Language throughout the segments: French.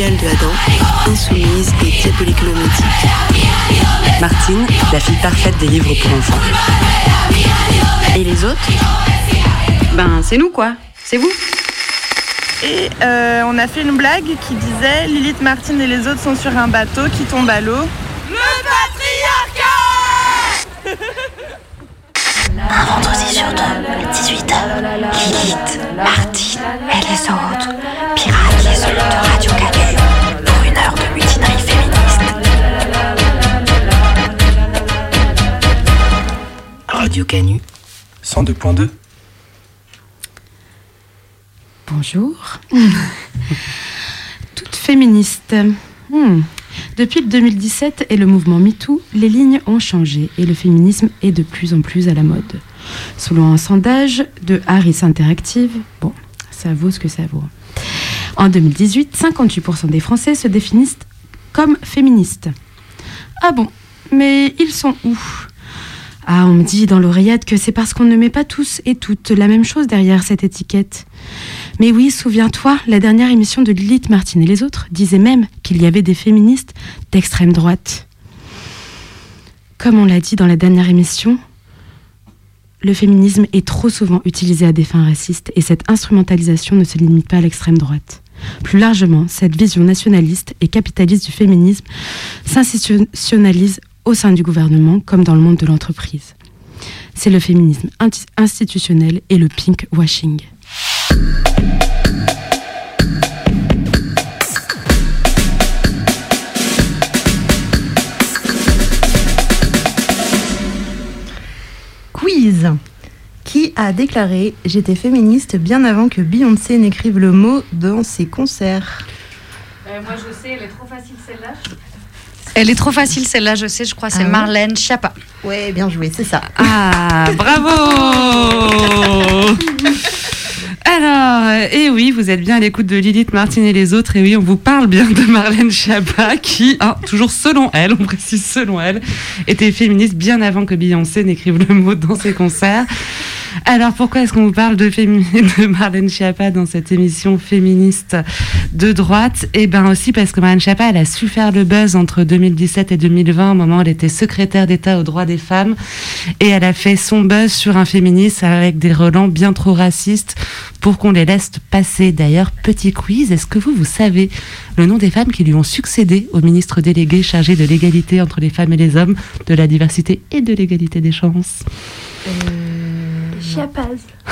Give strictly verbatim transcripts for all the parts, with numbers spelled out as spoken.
idéal de Adam, insoumise et diaboliquement mythique. Martine, la fille parfaite des livres pour enfants. Et les autres ? Ben, c'est nous, quoi. C'est vous. Et euh, on a fait une blague qui disait « Lilith, Martine et les autres sont sur un bateau qui tombe à l'eau. » Le patriarcat. Un vendredi sur deux, dix-huit heures, Lilith, Martine et les autres piratent les ondes de Radio Canu pour une heure de mutinerie féministe. Radio Canu cent deux point deux. Bonjour. Toute féministe. Hmm. Depuis le deux mille dix-sept et le mouvement MeToo, les lignes ont changé et le féminisme est de plus en plus à la mode. Selon un sondage de Harris Interactive, bon, ça vaut ce que ça vaut. En deux mille dix-huit, cinquante-huit pour cent des Français se définissent comme féministes. Ah bon, mais ils sont où ? Ah, on me dit dans l'oreillette que c'est parce qu'on ne met pas tous et toutes la même chose derrière cette étiquette. Mais oui, souviens-toi, la dernière émission de Lilith, Martine et les autres disait même qu'il y avait des féministes d'extrême droite. Comme on l'a dit dans la dernière émission, le féminisme est trop souvent utilisé à des fins racistes et cette instrumentalisation ne se limite pas à l'extrême droite. Plus largement, cette vision nationaliste et capitaliste du féminisme s'institutionnalise au sein du gouvernement comme dans le monde de l'entreprise. C'est le féminisme institutionnel et le pink-washing. Quiz. Qui a déclaré « J'étais féministe bien avant que Beyoncé n'écrive le mot dans ses concerts » euh, Moi je sais, elle est trop facile celle-là. Elle est trop facile celle-là, je sais, je crois, c'est ah, Marlène Schiappa. Ouais, bien joué, c'est ça. Ah, bravo. Alors, et oui, vous êtes bien à l'écoute de Lilith, Martine et les autres, et oui, on vous parle bien de Marlène Schiappa, qui, hein, toujours selon elle, on précise selon elle, était féministe bien avant que Beyoncé n'écrive le mot dans ses concerts. Alors, pourquoi est-ce qu'on vous parle de, fémi- de Marlène Schiappa dans cette émission féministe de droite ? Eh bien aussi parce que Marlène Schiappa, elle a su faire le buzz entre deux mille dix-sept et deux mille vingt, au moment où elle était secrétaire d'État aux droits des femmes, et elle a fait son buzz sur un féminisme avec des relents bien trop racistes pour qu'on les laisse passer. D'ailleurs, petit quiz, est-ce que vous, vous savez le nom des femmes qui lui ont succédé au ministre délégué chargé de l'égalité entre les femmes et les hommes, de la diversité et de l'égalité des chances ? euh... Chiapaz.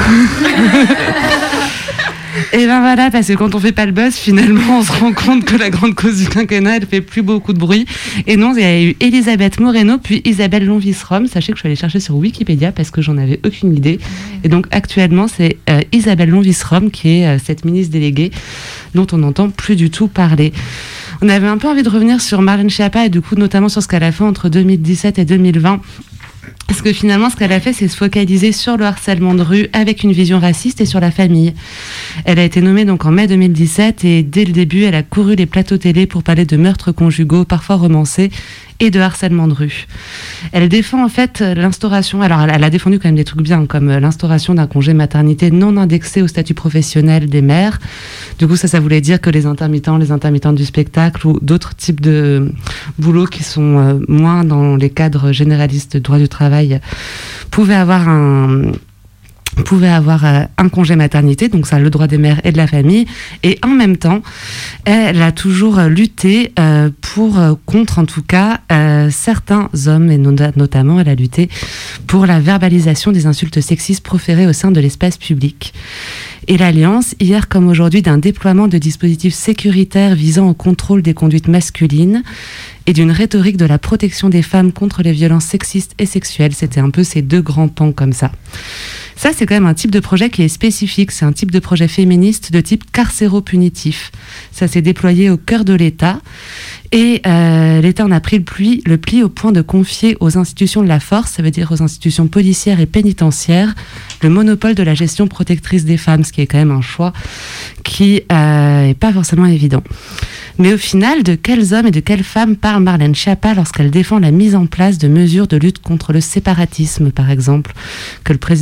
Et ben voilà, parce que quand on fait pas le buzz, finalement, on se rend compte que la grande cause du quinquennat, elle fait plus beaucoup de bruit. Et non, il y a eu Elisabeth Moreno, puis Isabelle Lonvis-Rom. Sachez que je suis allée chercher sur Wikipédia parce que j'en avais aucune idée. Et donc, actuellement, c'est euh, Isabelle Lonvis-Rom qui est euh, cette ministre déléguée dont on n'entend plus du tout parler. On avait un peu envie de revenir sur Marlène Schiappa et du coup, notamment sur ce qu'elle a fait entre deux mille dix-sept et deux mille vingt. Parce que finalement, ce qu'elle a fait, c'est se focaliser sur le harcèlement de rue avec une vision raciste et sur la famille. Elle a été nommée donc en mai deux mille dix-sept et dès le début, elle a couru les plateaux télé pour parler de meurtres conjugaux, parfois romancés, et de harcèlement de rue. Elle défend en fait l'instauration, alors elle a défendu quand même des trucs bien, comme l'instauration d'un congé maternité non indexé au statut professionnel des mères. Du coup, ça, ça voulait dire que les intermittents, les intermittentes du spectacle ou d'autres types de boulots qui sont euh, moins dans les cadres généralistes de droit du travail pouvaient avoir un... pouvait avoir euh, un congé maternité, donc ça, le droit des mères et de la famille, et en même temps, elle a toujours lutté euh, pour, euh, contre en tout cas, euh, certains hommes, et not- notamment elle a lutté pour la verbalisation des insultes sexistes proférées au sein de l'espace public. Et l'Alliance, hier comme aujourd'hui, d'un déploiement de dispositifs sécuritaires visant au contrôle des conduites masculines et d'une rhétorique de la protection des femmes contre les violences sexistes et sexuelles. C'était un peu ces deux grands pans comme ça. Ça, c'est quand même un type de projet qui est spécifique. C'est un type de projet féministe de type carcéro-punitif. Ça s'est déployé au cœur de l'État. Et euh, l'État en a pris le pli, le pli au point de confier aux institutions de la force, ça veut dire aux institutions policières et pénitentiaires, le monopole de la gestion protectrice des femmes, ce qui est quand même un choix qui n'est euh, pas forcément évident. Mais au final, de quels hommes et de quelles femmes parle Marlène Schiappa lorsqu'elle défend la mise en place de mesures de lutte contre le séparatisme, par exemple, que le président de la République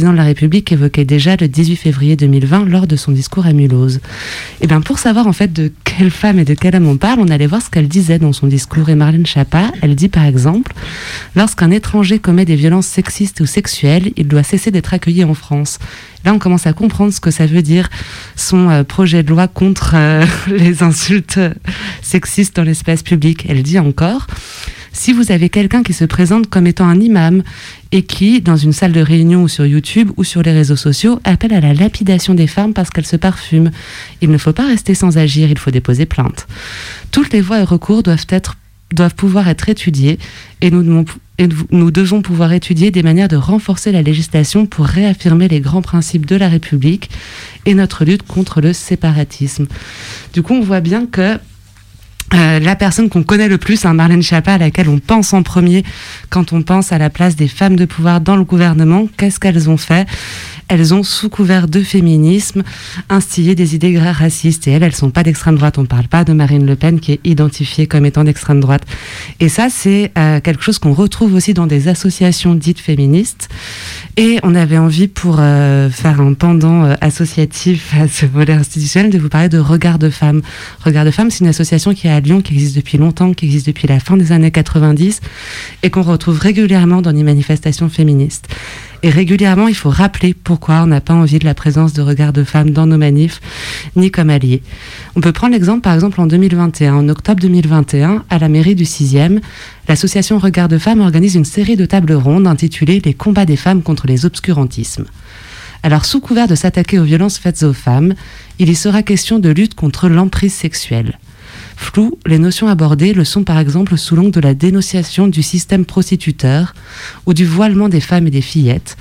République évoquait déjà le dix-huit février deux mille vingt lors de son discours à Mulhouse. Et bien pour savoir en fait de quelle femme et de quel homme on parle, on allait voir ce qu'elle disait dans son discours. Et Marlène Schiappa, elle dit par exemple « Lorsqu'un étranger commet des violences sexistes ou sexuelles, il doit cesser d'être accueilli en France. » Là, on commence à comprendre ce que ça veut dire, son euh, projet de loi contre euh, les insultes sexistes dans l'espace public. Elle dit encore « Si vous avez quelqu'un qui se présente comme étant un imam et qui, dans une salle de réunion ou sur YouTube ou sur les réseaux sociaux, appelle à la lapidation des femmes parce qu'elles se parfument, il ne faut pas rester sans agir, il faut déposer plainte. Toutes les voies et recours doivent être doivent pouvoir être étudiés et nous, et nous devons pouvoir étudier des manières de renforcer la législation pour réaffirmer les grands principes de la République et notre lutte contre le séparatisme. » Du coup, on voit bien que Euh, la personne qu'on connaît le plus, hein, Marlène Schiappa, à laquelle on pense en premier quand on pense à la place des femmes de pouvoir dans le gouvernement, qu'est-ce qu'elles ont fait ? Elles ont, sous couvert de féminisme, instillé des idées racistes. Et elles, elles ne sont pas d'extrême droite. On ne parle pas de Marine Le Pen, qui est identifiée comme étant d'extrême droite. Et ça, c'est euh, quelque chose qu'on retrouve aussi dans des associations dites féministes. Et on avait envie, pour euh, faire un pendant euh, associatif à ce volet institutionnel, de vous parler de Regard de Femmes. Regard de Femmes, c'est une association qui est à Lyon, qui existe depuis longtemps, qui existe depuis la fin des années quatre-vingt-dix, et qu'on retrouve régulièrement dans les manifestations féministes. Et régulièrement, il faut rappeler pourquoi on n'a pas envie de la présence de Regard de Femmes dans nos manifs, ni comme alliés. On peut prendre l'exemple, par exemple, en deux mille vingt et un. En octobre deux mille vingt et un, à la mairie du sixième, l'association Regard de Femmes organise une série de tables rondes intitulées « Les combats des femmes contre les obscurantismes ». Alors, sous couvert de s'attaquer aux violences faites aux femmes, il y sera question de lutte contre l'emprise sexuelle. Floues, les notions abordées le sont par exemple sous l'angle de la dénonciation du système prostituteur ou du voilement des femmes et des fillettes.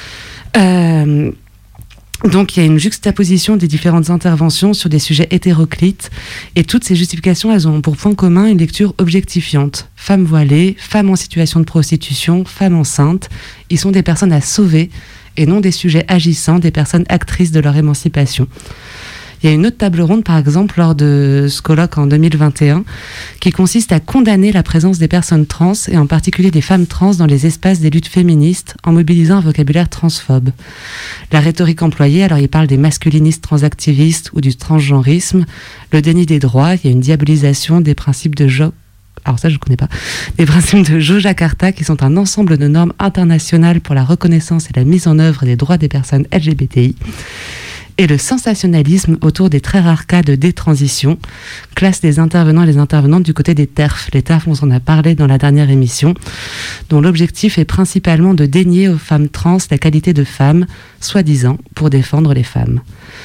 Euh, donc il y a une juxtaposition des différentes interventions sur des sujets hétéroclites et toutes ces justifications, elles ont pour point commun une lecture objectifiante. Femmes voilées, femmes en situation de prostitution, femmes enceintes, ils sont des personnes à sauver et non des sujets agissants, des personnes actrices de leur émancipation. Il y a une autre table ronde, par exemple, lors de ce colloque en deux mille vingt et un, qui consiste à condamner la présence des personnes trans, et en particulier des femmes trans, dans les espaces des luttes féministes, en mobilisant un vocabulaire transphobe. La rhétorique employée, alors il parle des masculinistes transactivistes ou du transgenrisme, le déni des droits, il y a une diabolisation des principes de Jo... alors ça je ne connais pas, des principes de Yogyakarta, qui sont un ensemble de normes internationales pour la reconnaissance et la mise en œuvre des droits des personnes L G B T I. Et le sensationnalisme autour des très rares cas de détransition classe les intervenants et les intervenantes du côté des T E R F. Les T E R F, on s'en a parlé dans la dernière émission, dont l'objectif est principalement de dénier aux femmes trans la qualité de femmes, soi-disant, pour défendre les femmes.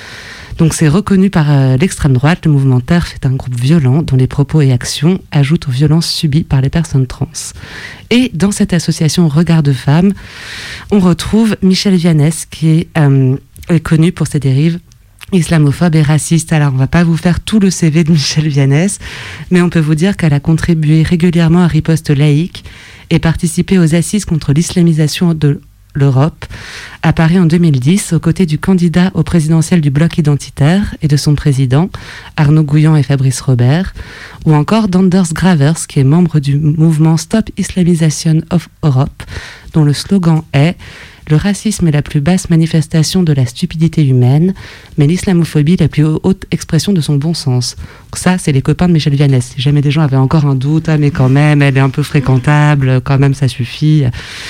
Donc c'est reconnu par euh, l'extrême droite, le mouvement T E R F est un groupe violent dont les propos et actions ajoutent aux violences subies par les personnes trans. Et dans cette association Regard de Femmes, on retrouve Michèle Vianès, qui est... Euh, est connue pour ses dérives islamophobes et racistes. Alors, on ne va pas vous faire tout le C V de Michèle Vianès, mais on peut vous dire qu'elle a contribué régulièrement à Riposte laïque et participé aux assises contre l'islamisation de l'Europe à Paris en deux mille dix, aux côtés du candidat au présidentiel du Bloc identitaire et de son président, Arnaud Gouillan et Fabrice Robert, ou encore d'Anders Gravers, qui est membre du mouvement Stop Islamization of Europe, dont le slogan est « Le racisme est la plus basse manifestation de la stupidité humaine, mais l'islamophobie la plus haute expression de son bon sens. » Ça, c'est les copains de Michèle Vianès. Si jamais des gens avaient encore un doute, ah, mais quand même, elle est un peu fréquentable, quand même, ça suffit.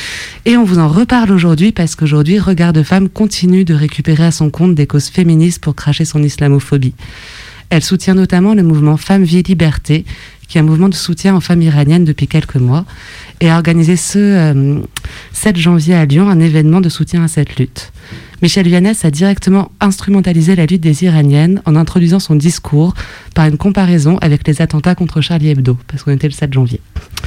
Et on vous en reparle aujourd'hui parce qu'aujourd'hui, Regard de Femmes continue de récupérer à son compte des causes féministes pour cracher son islamophobie. Elle soutient notamment le mouvement Femmes, Vie, Liberté, qui est un mouvement de soutien aux femmes iraniennes depuis quelques mois, et a organisé ce euh, sept janvier à Lyon un événement de soutien à cette lutte. Michèle Vianès a directement instrumentalisé la lutte des Iraniennes en introduisant son discours par une comparaison avec les attentats contre Charlie Hebdo, parce qu'on était le sept janvier.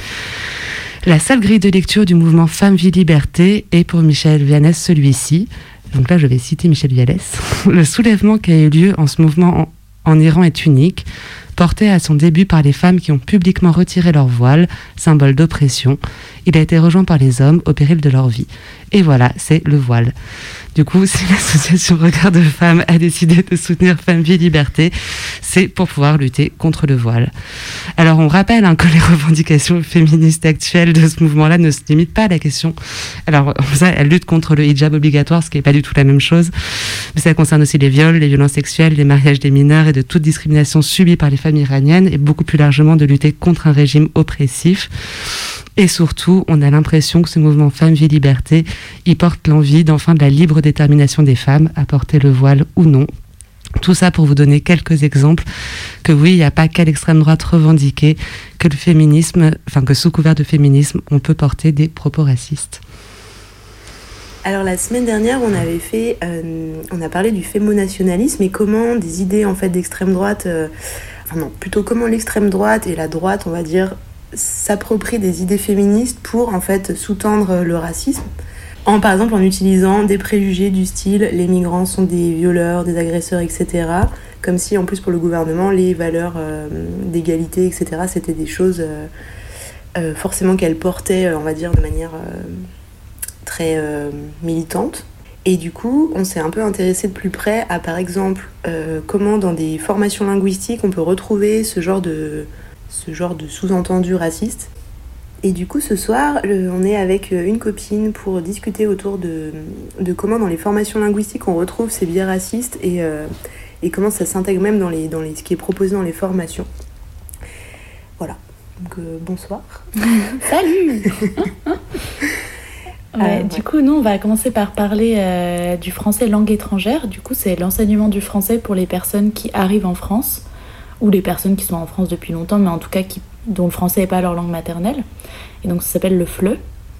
La seule grille de lecture du mouvement Femmes, Vie, Liberté est pour Michèle Vianès celui-ci. Donc là, je vais citer Michèle Vianès. Le soulèvement qui a eu lieu en ce mouvement en, en Iran est unique, porté à son début par les femmes qui ont publiquement retiré leur voile, symbole d'oppression. Il a été rejoint par les hommes au péril de leur vie. Et voilà, c'est le voile. Du coup, si l'association Regard de Femmes a décidé de soutenir Femmes, Vie, Liberté, c'est pour pouvoir lutter contre le voile. Alors, on rappelle hein, que les revendications féministes actuelles de ce mouvement-là ne se limitent pas à la question. Alors, ça, elle lutte contre le hijab obligatoire, ce qui n'est pas du tout la même chose. Mais ça concerne aussi les viols, les violences sexuelles, les mariages des mineurs et de toute discrimination subie par les femmes iraniennes, et beaucoup plus largement de lutter contre un régime oppressif. Et surtout, on a l'impression que ce mouvement Femmes, Vie, Liberté, il porte l'envie d'enfin de la libre détermination des femmes à porter le voile ou non. Tout ça pour vous donner quelques exemples que oui, il n'y a pas qu'à l'extrême droite revendiquer que le féminisme, enfin que sous couvert de féminisme, on peut porter des propos racistes. Alors la semaine dernière, on avait fait, euh, on a parlé du fémonationalisme et comment des idées en fait d'extrême droite, euh, enfin non, plutôt comment l'extrême droite et la droite, on va dire, s'approprient des idées féministes pour en fait sous-tendre le racisme. En, par exemple en utilisant des préjugés du style les migrants sont des violeurs, des agresseurs, et cetera. Comme si en plus pour le gouvernement les valeurs euh, d'égalité, et cetera c'était des choses euh, euh, forcément qu'elle portait, on va dire, de manière euh, très euh, militante. Et du coup, on s'est un peu intéressé de plus près à, par exemple, euh, comment dans des formations linguistiques on peut retrouver ce genre de, ce genre de sous-entendu raciste. Et du coup, ce soir, euh, on est avec une copine pour discuter autour de, de comment dans les formations linguistiques on retrouve ces biais racistes et, euh, et comment ça s'intègre même dans, les, dans les, ce qui est proposé dans les formations. Voilà. Donc, euh, bonsoir. Salut. Ouais, euh, du ouais. coup, nous, on va commencer par parler euh, du français langue étrangère. Du coup, c'est l'enseignement du français pour les personnes qui arrivent en France, ou les personnes qui sont en France depuis longtemps, mais en tout cas qui, dont le français n'est pas leur langue maternelle. Et donc, ça s'appelle le F L E.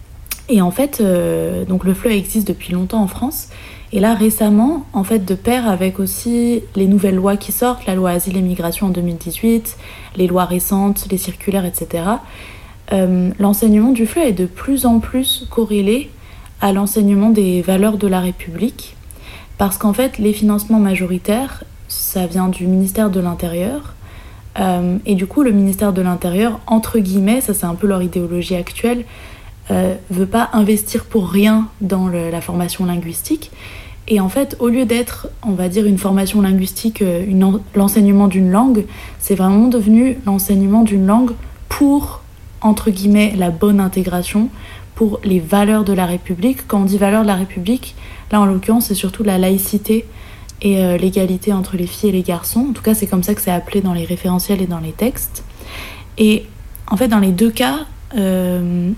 Et en fait, euh, donc le F L E existe depuis longtemps en France. Et là, récemment, en fait, de pair avec aussi les nouvelles lois qui sortent, la loi Asile et Migration en deux mille dix-huit, les lois récentes, les circulaires, et cetera, Euh, l'enseignement du F L E est de plus en plus corrélé à l'enseignement des valeurs de la République, parce qu'en fait, les financements majoritaires, ça vient du ministère de l'Intérieur, euh, et du coup, le ministère de l'Intérieur, entre guillemets, ça c'est un peu leur idéologie actuelle, euh, veut pas investir pour rien dans le, la formation linguistique, et en fait, au lieu d'être, on va dire, une formation linguistique, une, l'enseignement d'une langue, c'est vraiment devenu l'enseignement d'une langue pour entre guillemets, la bonne intégration pour les valeurs de la République. Quand on dit valeurs de la République, là, en l'occurrence, c'est surtout la laïcité et euh, l'égalité entre les filles et les garçons. En tout cas, c'est comme ça que c'est appelé dans les référentiels et dans les textes. Et en fait, dans les deux cas, euh,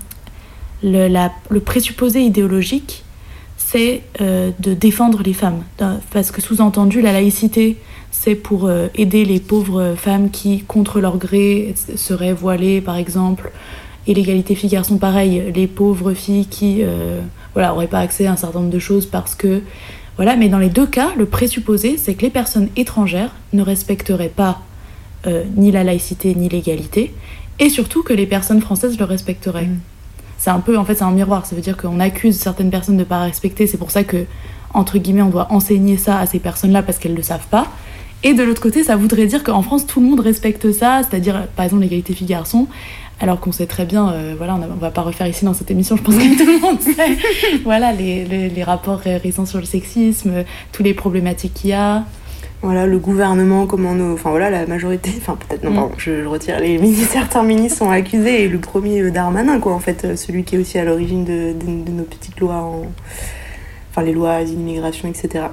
le, la, le présupposé idéologique, c'est euh, de défendre les femmes. Parce que sous-entendu, la laïcité, c'est pour euh, aider les pauvres femmes qui, contre leur gré, seraient voilées, par exemple. Et l'égalité filles-garçons, pareil, les pauvres filles qui euh, voilà, n'auraient pas accès à un certain nombre de choses parce que... Voilà, mais dans les deux cas, le présupposé, c'est que les personnes étrangères ne respecteraient pas euh, ni la laïcité ni l'égalité, et surtout que les personnes françaises le respecteraient. Mmh. C'est un peu, en fait, c'est un miroir. Ça veut dire qu'on accuse certaines personnes de ne pas respecter. C'est pour ça que, entre guillemets, on doit enseigner ça à ces personnes-là parce qu'elles ne le savent pas. Et de l'autre côté, ça voudrait dire qu'en France, tout le monde respecte ça, c'est-à-dire, par exemple, l'égalité filles-garçons, alors qu'on sait très bien, euh, voilà, on ne va pas refaire ici dans cette émission, je pense que tout le monde sait, voilà, les, les, les rapports récents sur le sexisme, toutes les problématiques qu'il y a. Voilà, le gouvernement, comment nos... Enfin voilà, la majorité... Enfin peut-être, non, mm. pardon, je, je retire. Les ministres, certains ministres sont accusés, et le premier, euh, Darmanin, quoi, en fait, celui qui est aussi à l'origine de, de, de nos petites lois, en... enfin les lois asile, immigration, et cetera.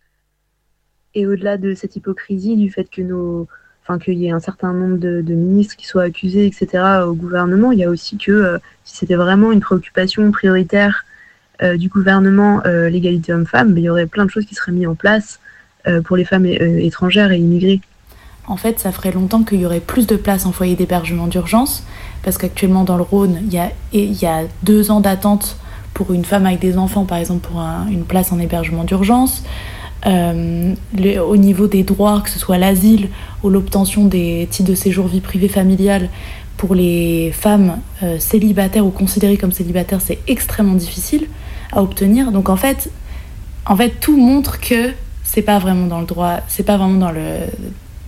Et au-delà de cette hypocrisie, du fait que nos... Enfin, qu'il y ait un certain nombre de, de ministres qui soient accusés, et cetera, au gouvernement, il y a aussi que, euh, si c'était vraiment une préoccupation prioritaire euh, du gouvernement, euh, l'égalité homme-femme, ben, il y aurait plein de choses qui seraient mises en place euh, pour les femmes euh, étrangères et immigrées. En fait, ça ferait longtemps qu'il y aurait plus de places en foyer d'hébergement d'urgence, parce qu'actuellement, dans le Rhône, il y a, il y a deux ans d'attente pour une femme avec des enfants, par exemple, pour un, une place en hébergement d'urgence. Euh, le, au niveau des droits, que ce soit l'asile ou l'obtention des titres de séjour vie privée familiale pour les femmes euh, célibataires ou considérées comme célibataires, c'est extrêmement difficile à obtenir. Donc en fait, en fait tout montre que c'est pas vraiment dans le droit, c'est pas vraiment dans le,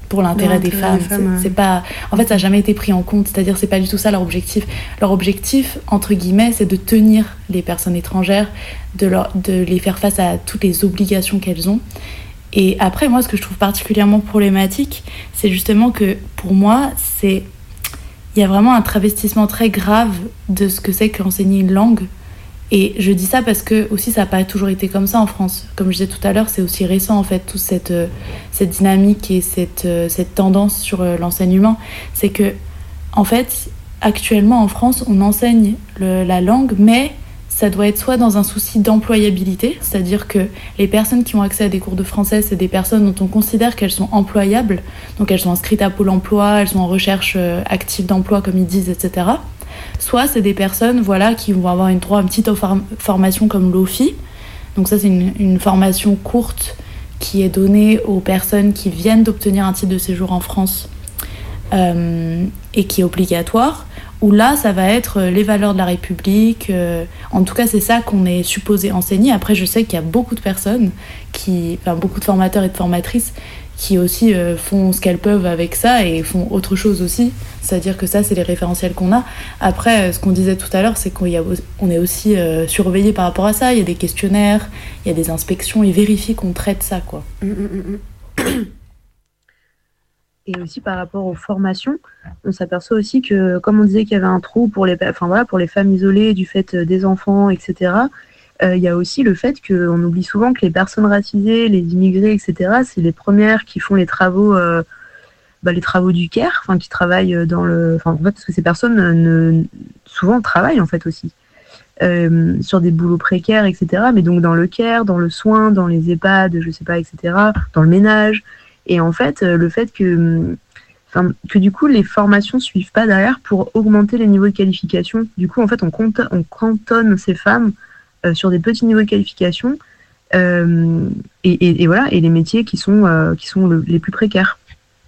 pour l'intérêt des femmes. des femmes c'est, ouais. c'est pas... En fait, ça n'a jamais été pris en compte. C'est-à-dire, c'est pas du tout ça leur objectif. Leur objectif, entre guillemets, c'est de tenir les personnes étrangères, de, leur, de les faire face à toutes les obligations qu'elles ont. Et après, moi, ce que je trouve particulièrement problématique, c'est justement que, pour moi, c'est... il y a vraiment un travestissement très grave de ce que c'est qu'enseigner une langue. Et je dis ça parce que aussi ça n'a pas toujours été comme ça en France. Comme je disais tout à l'heure, c'est aussi récent en fait, toute cette, euh, cette dynamique et cette, euh, cette tendance sur euh, l'enseignement. C'est que, en fait, actuellement en France, on enseigne le, la langue, mais ça doit être soit dans un souci d'employabilité, c'est-à-dire que les personnes qui ont accès à des cours de français, c'est des personnes dont on considère qu'elles sont employables, donc elles sont inscrites à Pôle emploi, elles sont en recherche euh, active d'emploi comme ils disent, et cetera. Soit c'est des personnes voilà, qui vont avoir une, une petite formation comme l'O F I. Donc ça, c'est une, une formation courte qui est donnée aux personnes qui viennent d'obtenir un titre de séjour en France euh, et qui est obligatoire. Où là, ça va être les valeurs de la République. Euh, en tout cas, c'est ça qu'on est supposé enseigner. Après, je sais qu'il y a beaucoup de personnes, qui, enfin beaucoup de formateurs et de formatrices qui aussi euh, font ce qu'elles peuvent avec ça et font autre chose aussi. C'est-à-dire que ça, c'est les référentiels qu'on a. Après, ce qu'on disait tout à l'heure, c'est qu'on y a, on est aussi euh, surveillé par rapport à ça. Il y a des questionnaires, il y a des inspections, ils vérifient qu'on traite ça, quoi. Mmh, mmh, mmh. Et aussi par rapport aux formations, on s'aperçoit aussi que, comme on disait qu'il y avait un trou pour les, enfin, voilà, pour les femmes isolées du fait des enfants, et cetera, il euh, y a aussi le fait qu'on oublie souvent que les personnes racisées, les immigrés, et cetera, c'est les premières qui font les travaux, euh, bah, les travaux du care, enfin qui travaillent dans le, enfin en fait parce que ces personnes ne, souvent travaillent en fait aussi euh, sur des boulots précaires, et cetera. Mais donc dans le care, dans le soin, dans les EHPAD, je sais pas, et cetera, dans le ménage. Et en fait, le fait que, enfin, que du coup les formations suivent pas derrière pour augmenter les niveaux de qualification. Du coup, en fait, on, compte, on cantonne ces femmes euh, sur des petits niveaux de qualification euh, et, et, et voilà, et les métiers qui sont euh, qui sont le, les plus précaires.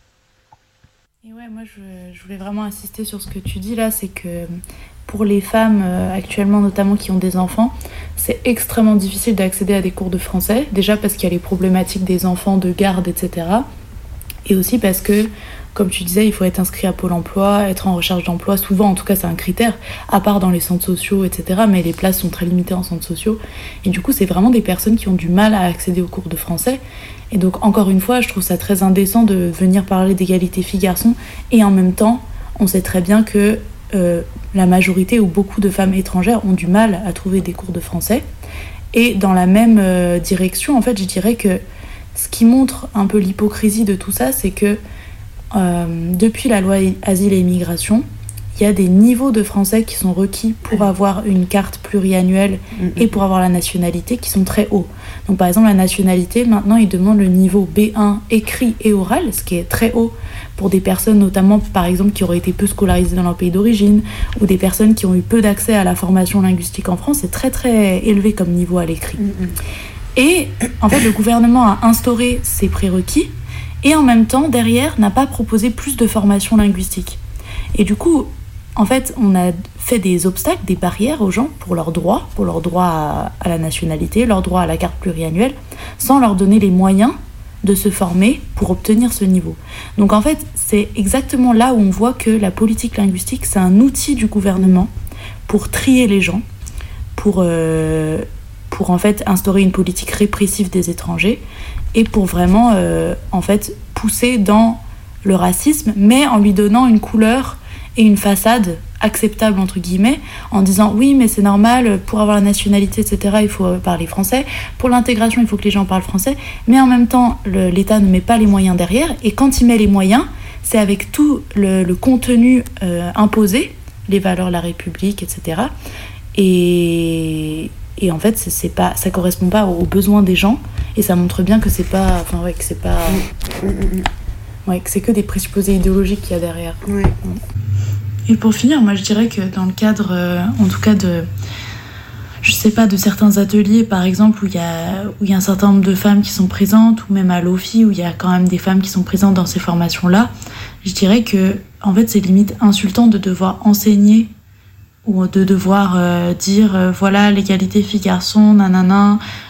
Et ouais, moi je, je voulais vraiment insister sur ce que tu dis là, c'est que pour les femmes euh, actuellement notamment qui ont des enfants, c'est extrêmement difficile d'accéder à des cours de français, déjà parce qu'il y a les problématiques des enfants de garde, et cetera. Et aussi parce que, comme tu disais, il faut être inscrit à Pôle emploi, être en recherche d'emploi, souvent en tout cas c'est un critère, à part dans les centres sociaux, et cetera. Mais les places sont très limitées en centres sociaux. Et du coup, c'est vraiment des personnes qui ont du mal à accéder aux cours de français. Et donc, encore une fois, je trouve ça très indécent de venir parler d'égalité filles-garçons. Et en même temps, on sait très bien que euh, la majorité ou beaucoup de femmes étrangères ont du mal à trouver des cours de français. Et dans la même euh, direction, en fait, je dirais que ce qui montre un peu l'hypocrisie de tout ça, c'est que euh, depuis la loi Asile et Immigration, il y a des niveaux de français qui sont requis pour avoir une carte pluriannuelle et pour avoir la nationalité qui sont très hauts. Donc par exemple, la nationalité, maintenant, ils demandent le niveau B un écrit et oral, ce qui est très haut pour des personnes notamment, par exemple, qui auraient été peu scolarisées dans leur pays d'origine ou des personnes qui ont eu peu d'accès à la formation linguistique en France. C'est très très élevé comme niveau à l'écrit. Mm-hmm. Et en fait, le gouvernement a instauré ces prérequis et en même temps, derrière, n'a pas proposé plus de formation linguistique. Et du coup, en fait, on a fait des obstacles, des barrières aux gens pour leurs droits, pour leur droit à, à la nationalité, leur droit à la carte pluriannuelle, sans leur donner les moyens de se former pour obtenir ce niveau. Donc en fait, c'est exactement là où on voit que la politique linguistique, c'est un outil du gouvernement pour trier les gens, pour, euh, pour en fait instaurer une politique répressive des étrangers et pour vraiment euh, en fait pousser dans le racisme, mais en lui donnant une couleur et une façade acceptable entre guillemets, en disant oui mais c'est normal, pour avoir la nationalité, et cetera, il faut parler français, pour l'intégration, il faut que les gens parlent français, mais en même temps, le, l'État ne met pas les moyens derrière, et quand il met les moyens, c'est avec tout le, le contenu euh, imposé, les valeurs de la République, et cetera. Et, et en fait, c'est, c'est pas, ça correspond pas aux besoins des gens, et ça montre bien que c'est pas, enfin ouais, que c'est pas, ouais, que c'est que des présupposés idéologiques qu'il y a derrière. Ouais. Et pour finir, moi je dirais que dans le cadre, euh, en tout cas de, je sais pas, de certains ateliers par exemple où il y a, où il y a un certain nombre de femmes qui sont présentes, ou même à l'O F I où il y a quand même des femmes qui sont présentes dans ces formations-là, je dirais que en fait c'est limite insultant de devoir enseigner ou de devoir euh, dire euh, voilà l'égalité filles-garçons, nanana,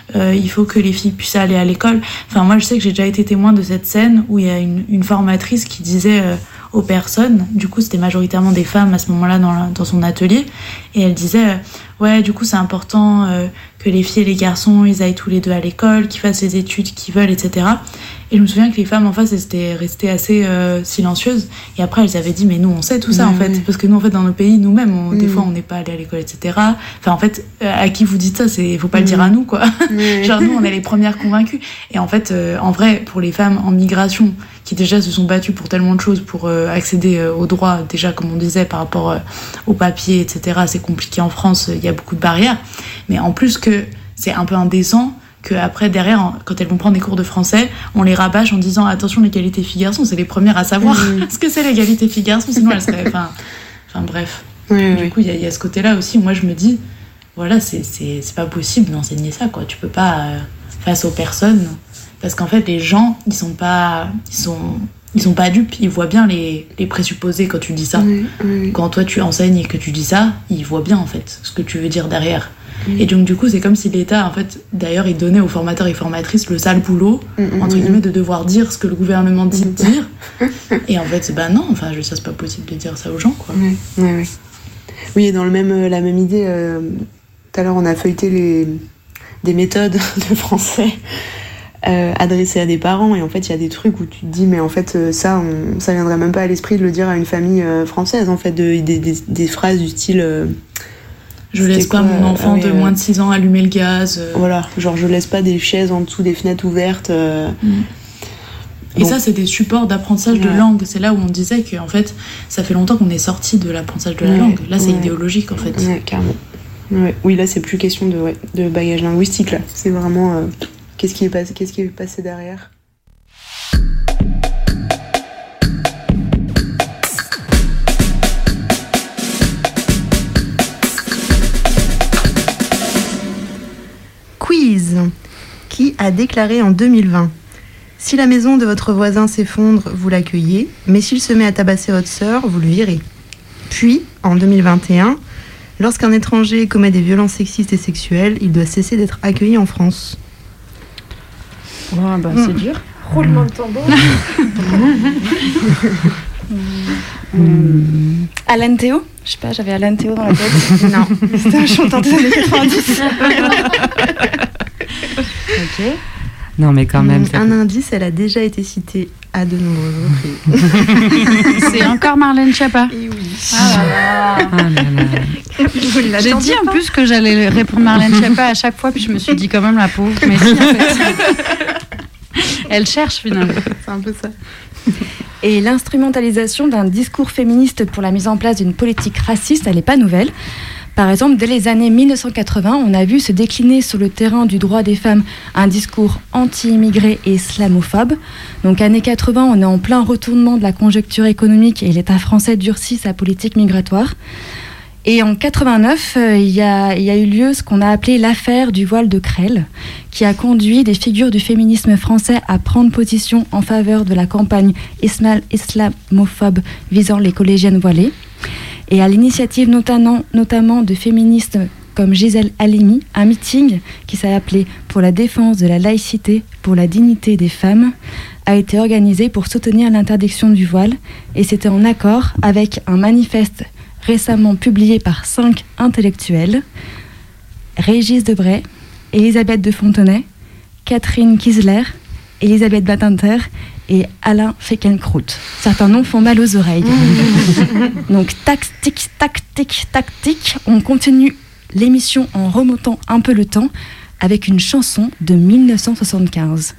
euh, il faut que les filles puissent aller à l'école. Enfin, moi, je sais que j'ai déjà été témoin de cette scène où il y a une, une formatrice qui disait euh, aux personnes, du coup, c'était majoritairement des femmes à ce moment-là dans, la, dans son atelier, et elle disait, euh, ouais, du coup, c'est important euh, que les filles et les garçons, ils aillent tous les deux à l'école, qu'ils fassent les études qu'ils veulent, et cetera. Et je me souviens que les femmes en face, elles étaient restées assez euh, silencieuses. Et après, elles avaient dit, mais nous, on sait tout ça, mmh, en fait. Parce que nous, en fait, dans nos pays, nous-mêmes, on, mmh. des fois, on n'est pas allés à l'école, et cetera. Enfin, en fait, euh, à qui vous dites ça, c'est, faut pas mmh. le dire à nous, quoi. Mmh. Genre, nous, on est les premières convaincues. Et en fait, euh, en vrai, pour les femmes en migration, qui déjà se sont battues pour tellement de choses, pour euh, accéder euh, aux droits, déjà, comme on disait, par rapport euh, aux papiers, et cetera. C'est compliqué en France, il y a beaucoup de barrières. Mais en plus que c'est un peu indécent, qu'après, derrière, quand elles vont prendre des cours de français, on les rabâche en disant attention, l'égalité filles-garçons, c'est les premières à savoir mmh. ce que c'est l'égalité filles-garçons, sinon elles seraient. Enfin, enfin bref. Oui, du oui. coup, il y, y a ce côté-là aussi où moi je me dis voilà, c'est, c'est, c'est pas possible d'enseigner ça, quoi. Tu peux pas, euh, face aux personnes, parce qu'en fait, les gens, ils sont pas. Ils sont. Ils sont pas dupes, ils voient bien les, les présupposés quand tu dis ça. Oui, oui. Quand toi tu enseignes et que tu dis ça, ils voient bien en fait ce que tu veux dire derrière. Et donc du coup c'est comme si l'État en fait d'ailleurs il donnait aux formateurs et formatrices le sale boulot mmh, entre guillemets de devoir dire ce que le gouvernement dit de dire et en fait c'est bah non enfin je sais c'est pas possible de dire ça aux gens quoi. Oui, oui, oui. Oui et dans le même la même idée euh, tout à l'heure on a feuilleté les des méthodes de français euh, adressées à des parents et en fait il y a des trucs où tu te dis mais en fait euh, ça on, ça viendrait même pas à l'esprit de le dire à une famille euh, française en fait de, des, des, des phrases du style euh, je laisse pas quoi, mon enfant euh, de moins de six ans allumer le gaz. Euh... Voilà, genre je laisse pas des chaises en dessous des fenêtres ouvertes. Euh... Mmh. Et bon. Ça, c'est des supports d'apprentissage ouais. de langue. C'est là où on disait que en fait, ça fait longtemps qu'on est sorti de l'apprentissage de la ouais. langue. Là, c'est ouais. idéologique en fait. Ouais, carrément. Ouais. Oui, là, c'est plus question de, ouais, de bagage linguistique. Là, c'est vraiment euh, qu'est-ce qui est passé, qu'est-ce qui est passé derrière. Quiz. Qui a déclaré en deux mille vingt « Si la maison de votre voisin s'effondre, vous l'accueillez, mais s'il se met à tabasser votre sœur, vous le virez. » Puis, en deux mille vingt et un, « Lorsqu'un étranger commet des violences sexistes et sexuelles, il doit cesser d'être accueilli en France. » Oh, bah, c'est mmh. dur. Roulement de tambour. Mmh. Alan Théo, je sais pas, j'avais Alan Théo dans la tête. Non, c'était un chanteur des années quatre-vingt-dix. Ok. Non, mais quand même. Mmh, un peut... indice, elle a déjà été citée à de nombreuses reprises. C'est encore Marlène Schiappa. Et oui. Ah là là. Ah là là. J'ai dit en plus que j'allais répondre Marlène Schiappa à chaque fois, puis je me suis dit quand même la pauvre. Mais si, en fait. Elle cherche finalement. C'est un peu ça. Et l'instrumentalisation d'un discours féministe pour la mise en place d'une politique raciste, elle n'est pas nouvelle. Par exemple, dès les années mille neuf cent quatre-vingts, on a vu se décliner sur le terrain du droit des femmes un discours anti-immigré et islamophobe. Donc, années quatre-vingts, on est en plein retournement de la conjoncture économique et l'État français durcit sa politique migratoire. Et en quatre-vingt-neuf, euh, il y a, il y a eu lieu ce qu'on a appelé l'affaire du voile de Creil, qui a conduit des figures du féminisme français à prendre position en faveur de la campagne islam- islamophobe visant les collégiennes voilées. Et à l'initiative notamment, notamment de féministes comme Gisèle Halimi, un meeting qui s'est appelé « Pour la défense de la laïcité, pour la dignité des femmes » a été organisé pour soutenir l'interdiction du voile. Et c'était en accord avec un manifeste récemment publié par cinq intellectuels, Régis Debray, Elisabeth de Fontenay, Catherine Kiesler, Elisabeth Badinter et Alain Feckenkrauth. Certains noms font mal aux oreilles. Donc, tactique, tactique, tactique. On continue l'émission en remontant un peu le temps avec une chanson de mille neuf cent soixante-quinze.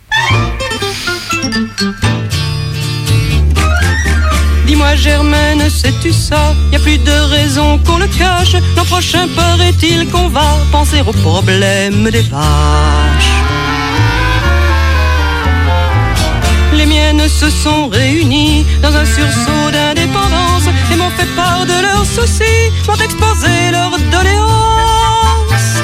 Dis-moi Germaine, sais-tu ça? Y a plus de raison qu'on le cache. L'an prochain paraît-il qu'on va penser au problème des vaches. Les miennes se sont réunies dans un sursaut d'indépendance et m'ont fait part de leurs soucis, m'ont exposé leurs doléances.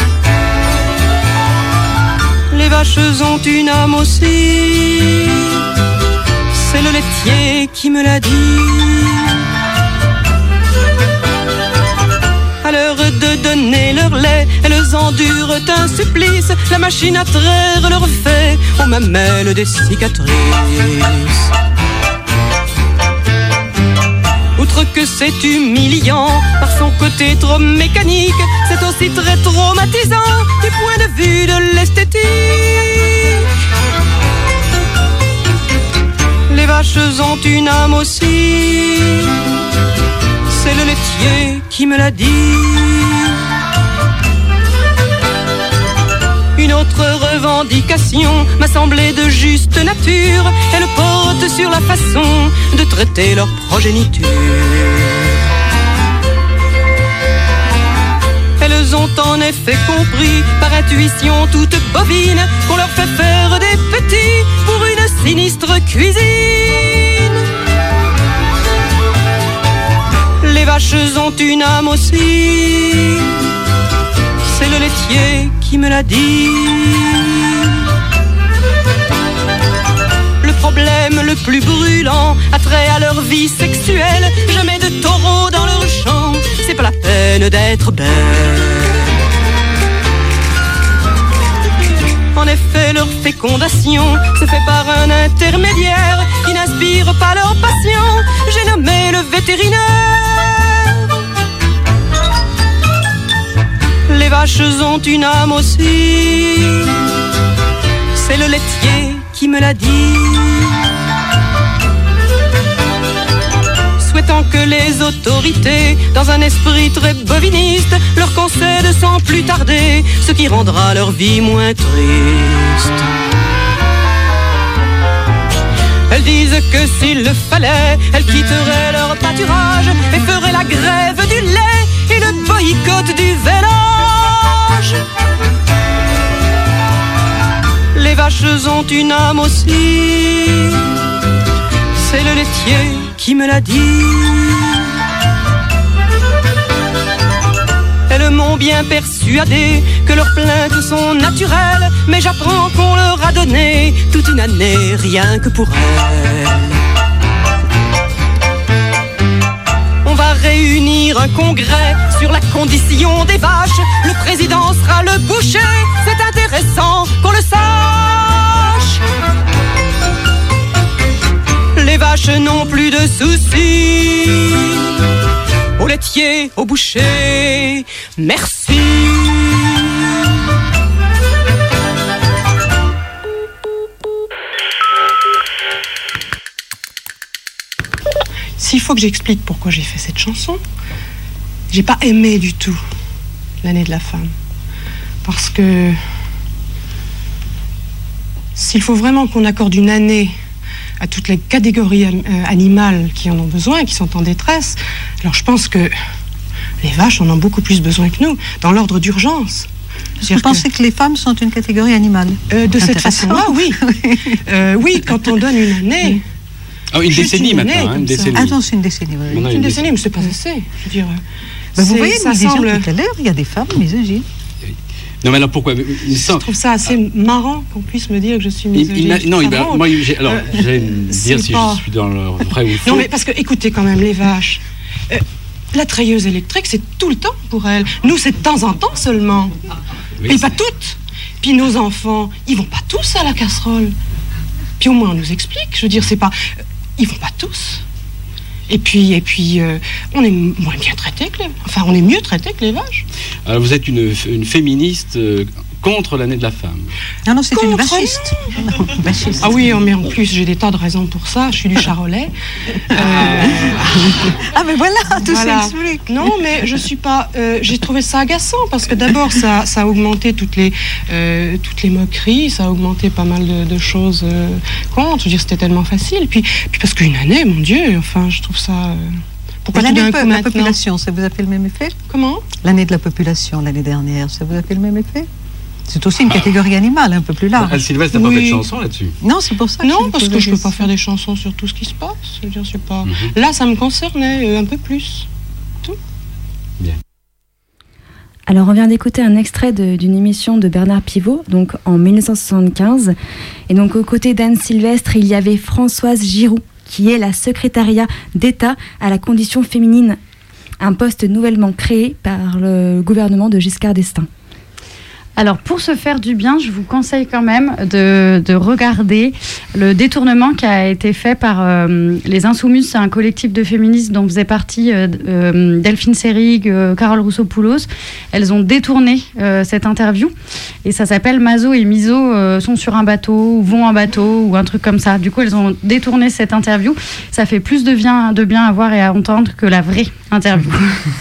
Les vaches ont une âme aussi, c'est le laitier qui me l'a dit. À l'heure de de donner leur lait, elles endurent un supplice. La machine à traire leur fait aux mamelles des cicatrices. Outre que c'est humiliant par son côté trop mécanique, c'est aussi très traumatisant du point de vue de l'esthétique. Les vaches ont une âme aussi, c'est le laitier qui me l'a dit. Une autre revendication m'a semblé de juste nature. Elle porte sur la façon de traiter leur progéniture. Elles ont en effet compris par intuition toute bovine qu'on leur fait faire des petits pour une sinistre cuisine. Les vaches ont une âme aussi, c'est le laitier qui me l'a dit. Le problème le plus brûlant a trait à leur vie sexuelle. Jamais de taureau dans leur champ, c'est pas la peine d'être belle. En effet, leur fécondation se fait par un intermédiaire qui n'inspire pas leur patient. J'ai nommé le vétérinaire. Les vaches ont une âme aussi, c'est le laitier qui me l'a dit. Souhaitant que les autorités, dans un esprit très boviniste, leur concèdent sans plus tarder ce qui rendra leur vie moins triste. Elles disent que s'il le fallait, elles quitteraient leur pâturage et feraient la grève du lait et le boycott du vélage. Les vaches ont une âme aussi, c'est le laitier qui me l'a dit. Elles m'ont bien persuadé que leurs plaintes sont naturelles, mais j'apprends qu'on leur a donné toute une année rien que pour elles. On va réunir un congrès sur la condition des vaches. Le président sera le boucher, c'est intéressant qu'on le sache. Les vaches n'ont plus de soucis, au laitier, au boucher, merci. S'il faut que j'explique pourquoi j'ai fait cette chanson, j'ai pas aimé du tout l'année de la femme. Parce que s'il faut vraiment qu'on accorde une année à toutes les catégories euh, animales qui en ont besoin, qui sont en détresse, alors je pense que les vaches en ont beaucoup plus besoin que nous, dans l'ordre d'urgence. Vous pensez que... que les femmes sont une catégorie animale euh, De cette façon-là, oui. euh, oui, quand on donne une année... Oh, une décennie une maintenant, hein, une décennie. Ah non, c'est une décennie. Oui. Une, une décennie, mais c'est pas assez. Je veux dire, bah vous voyez, ça semble... tout à l'heure, il y a des femmes misogynes. Non, mais alors pourquoi Je sens... trouve ça assez ah. marrant qu'on puisse me dire que je suis misogyne. Il, il non, il, bah, moi, j'ai, alors, euh, j'allais me dire si pas... je suis dans le vrai ou le faux. Non, mais parce que, écoutez, quand même, les vaches, euh, la treilleuse électrique, c'est tout le temps pour elles. Nous, c'est de temps en temps seulement. Oui, et c'est... pas toutes. Puis nos enfants, ils vont pas tous à la casserole. Puis au moins, on nous explique. Je veux dire, c'est pas... Ils vont pas tous. Et puis, et puis euh, on est moins bien traités que les... Enfin, on est mieux traités que les vaches. Alors, vous êtes une, une féministe euh, contre l'année de la femme. Non, non, c'est contre, une vachiste. Non. Ah oui, mais en plus, j'ai des tas de raisons pour ça. Je suis du Charolais. Euh... Ah, mais voilà, tout voilà. s'explique. Non, mais je suis pas... Euh, j'ai trouvé ça agaçant, parce que d'abord, ça, ça a augmenté toutes les, euh, toutes les moqueries, ça a augmenté pas mal de, de choses euh, contre. Je veux dire, c'était tellement facile. Puis, puis parce qu'une année, mon Dieu, enfin, je trouve ça... Euh... Pourquoi l'année de la population, ça vous a fait le même effet? Comment? L'année de la population, l'année dernière, ça vous a fait le même effet? C'est aussi une catégorie animale, un peu plus large. Anne Sylvestre n'a oui. pas fait de chanson là-dessus? Non, c'est pour ça que Non, parce que je ne peux pas faire des chansons sur tout ce qui se passe. Je veux dire, c'est pas... Mm-hmm. Là, ça me concernait euh, un peu plus. Tout. Bien. Alors, on vient d'écouter un extrait de, d'une émission de Bernard Pivot, donc en dix-neuf cent soixante-quinze. Et donc, aux côtés d'Anne Sylvestre, il y avait Françoise Giroud, qui est la secrétariat d'État à la condition féminine un poste nouvellement créé par le gouvernement de Giscard d'Estaing. Alors, pour se faire du bien, je vous conseille quand même de, de regarder le détournement qui a été fait par euh, les Insoumises. C'est un collectif de féministes dont faisait partie euh, euh, Delphine Seyrig, euh, Carole Rousseau-Poulos. Elles ont détourné euh, cette interview et ça s'appelle Mazo et Miso euh, sont sur un bateau ou vont en bateau ou un truc comme ça. Du coup, elles ont détourné cette interview. Ça fait plus de bien, de bien à voir et à entendre que la vraie interview.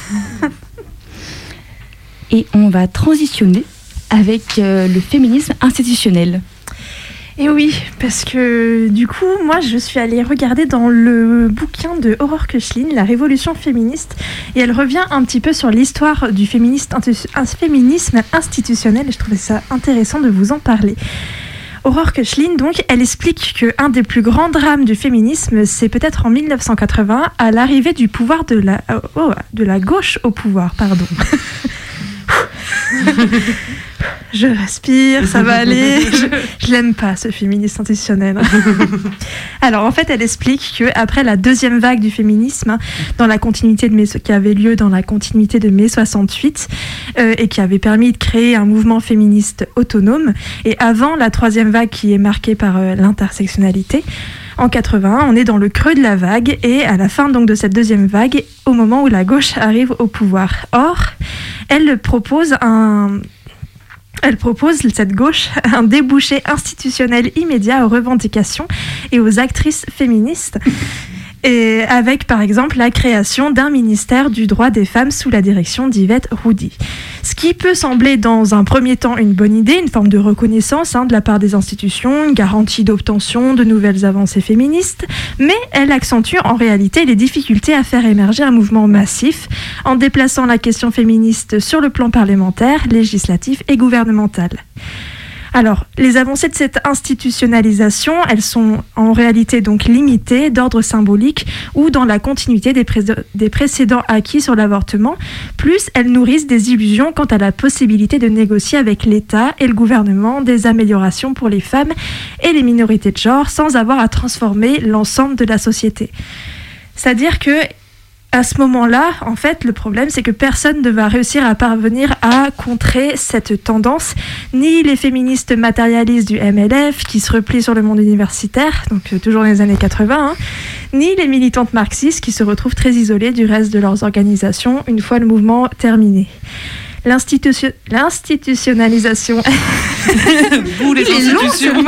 Et on va transitionner avec euh, le féminisme institutionnel. Et oui, parce que du coup, moi, je suis allée regarder dans le bouquin de Aurore Koechlin, La Révolution féministe, et elle revient un petit peu sur l'histoire du féministe, un féminisme institutionnel, et je trouvais ça intéressant de vous en parler. Aurore Koechlin, donc, elle explique qu'un des plus grands drames du féminisme, c'est peut-être en mille neuf cent quatre-vingts, à l'arrivée du pouvoir de la, oh, de la gauche au pouvoir, pardon. Je respire, ça va aller. Je, je l'aime pas, ce féminisme institutionnel. Alors, en fait, elle explique qu'après la deuxième vague du féminisme, dans la continuité de mai, qui avait lieu dans la continuité de mai soixante-huit, euh, et qui avait permis de créer un mouvement féministe autonome, et avant la troisième vague qui est marquée par euh, l'intersectionnalité, en quatre-vingt-un, on est dans le creux de la vague, et à la fin donc de cette deuxième vague, au moment où la gauche arrive au pouvoir. Or, elle propose un... Elle propose, cette gauche, un débouché institutionnel immédiat aux revendications et aux actrices féministes, et avec par exemple la création d'un ministère du droit des femmes sous la direction d'Yvette Roudy. Ce qui peut sembler dans un premier temps une bonne idée, une forme de reconnaissance hein, de la part des institutions, une garantie d'obtention de nouvelles avancées féministes, mais elle accentue en réalité les difficultés à faire émerger un mouvement massif en déplaçant la question féministe sur le plan parlementaire, législatif et gouvernemental. Alors, les avancées de cette institutionnalisation, elles sont en réalité donc limitées d'ordre symbolique ou dans la continuité des, pré- des précédents acquis sur l'avortement, plus elles nourrissent des illusions quant à la possibilité de négocier avec l'État et le gouvernement des améliorations pour les femmes et les minorités de genre sans avoir à transformer l'ensemble de la société. C'est-à-dire que à ce moment-là, en fait, le problème, c'est que personne ne va réussir à parvenir à contrer cette tendance, ni les féministes matérialistes du M L F, qui se replient sur le monde universitaire, donc euh, toujours dans les années quatre-vingts, hein, ni les militantes marxistes, qui se retrouvent très isolées du reste de leurs organisations, une fois le mouvement terminé. L'institution... L'institutionnalisation... Vous, les institutions.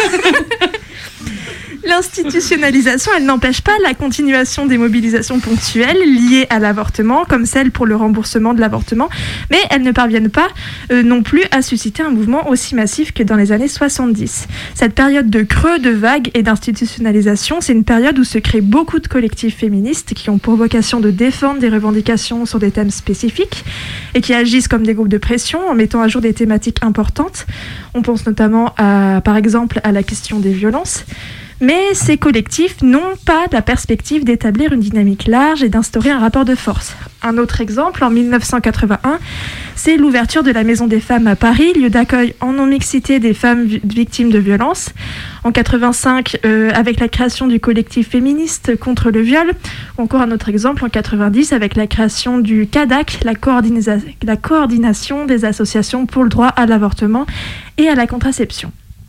L'institutionnalisation, elle n'empêche pas la continuation des mobilisations ponctuelles liées à l'avortement, comme celle pour le remboursement de l'avortement, mais elles ne parviennent pas euh, non plus à susciter un mouvement aussi massif que dans les années soixante-dix. Cette période de creux, de vague et d'institutionnalisation, c'est une période où se créent beaucoup de collectifs féministes qui ont pour vocation de défendre des revendications sur des thèmes spécifiques et qui agissent comme des groupes de pression en mettant à jour des thématiques importantes. On pense notamment, à, par exemple, à la question des violences. Mais ces collectifs n'ont pas la perspective d'établir une dynamique large et d'instaurer un rapport de force. Un autre exemple, en mille neuf cent quatre-vingt-un, c'est l'ouverture de la Maison des Femmes à Paris, lieu d'accueil en non-mixité des femmes victimes de violences. En quatre-vingt-cinq, euh, avec la création du collectif féministe contre le viol. Ou encore un autre exemple, en quatre-vingt-dix, avec la création du C A D A C, la, coordina- la coordination des associations pour le droit à l'avortement et à la contraception.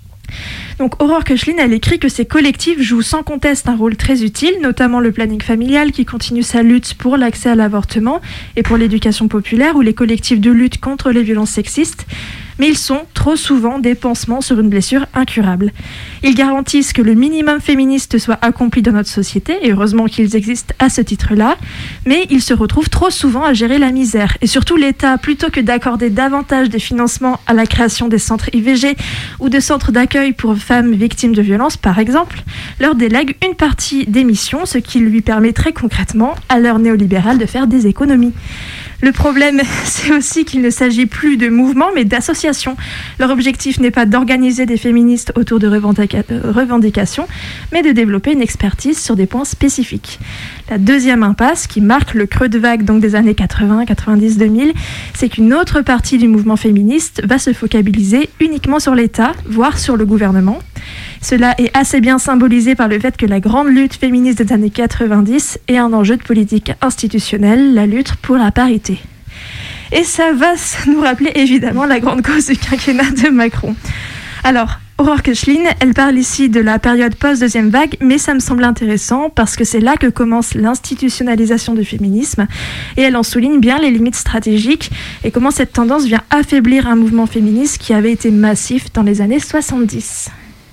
Donc Aurore Koechlin, elle écrit que ces collectifs jouent sans conteste un rôle très utile, notamment le planning familial qui continue sa lutte pour l'accès à l'avortement et pour l'éducation populaire ou les collectifs de lutte contre les violences sexistes. Mais ils sont trop souvent des pansements sur une blessure incurable. Ils garantissent que le minimum féministe soit accompli dans notre société, et heureusement qu'ils existent à ce titre-là, mais ils se retrouvent trop souvent à gérer la misère. Et surtout l'État, plutôt que d'accorder davantage des financements à la création des centres I V G ou de centres d'accueil pour femmes victimes de violences, par exemple, leur délègue une partie des missions, ce qui lui permet très concrètement à l'heure néolibérale de faire des économies. Le problème, c'est aussi qu'il ne s'agit plus de mouvements, mais d'associations. Leur objectif n'est pas d'organiser des féministes autour de revendica- revendications, mais de développer une expertise sur des points spécifiques. La deuxième impasse, qui marque le creux de vague donc des années quatre-vingts, quatre-vingt-dix, deux mille, c'est qu'une autre partie du mouvement féministe va se focaliser uniquement sur l'État, voire sur le gouvernement. Cela est assez bien symbolisé par le fait que la grande lutte féministe des années quatre-vingt-dix est un enjeu de politique institutionnelle, la lutte pour la parité. Et ça va nous rappeler évidemment la grande cause du quinquennat de Macron. Alors, Aurore Koechlin, elle parle ici de la période post-deuxième vague, mais ça me semble intéressant parce que c'est là que commence l'institutionnalisation du féminisme et elle en souligne bien les limites stratégiques et comment cette tendance vient affaiblir un mouvement féministe qui avait été massif dans les années soixante-dix.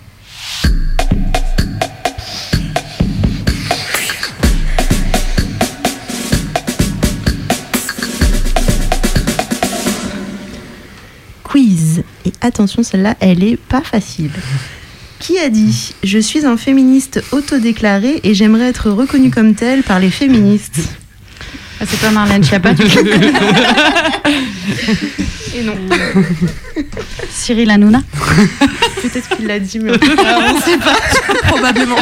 Quiz. Et attention, celle-là, elle est pas facile. Qui a dit « Je suis un féministe autodéclaré et j'aimerais être reconnu comme tel par les féministes ?» Ah, c'est pas Marlène Schiappa, du coup. Et non. Cyril Hanouna. Peut-être qu'il l'a dit, mais on ne sait pas. Probablement.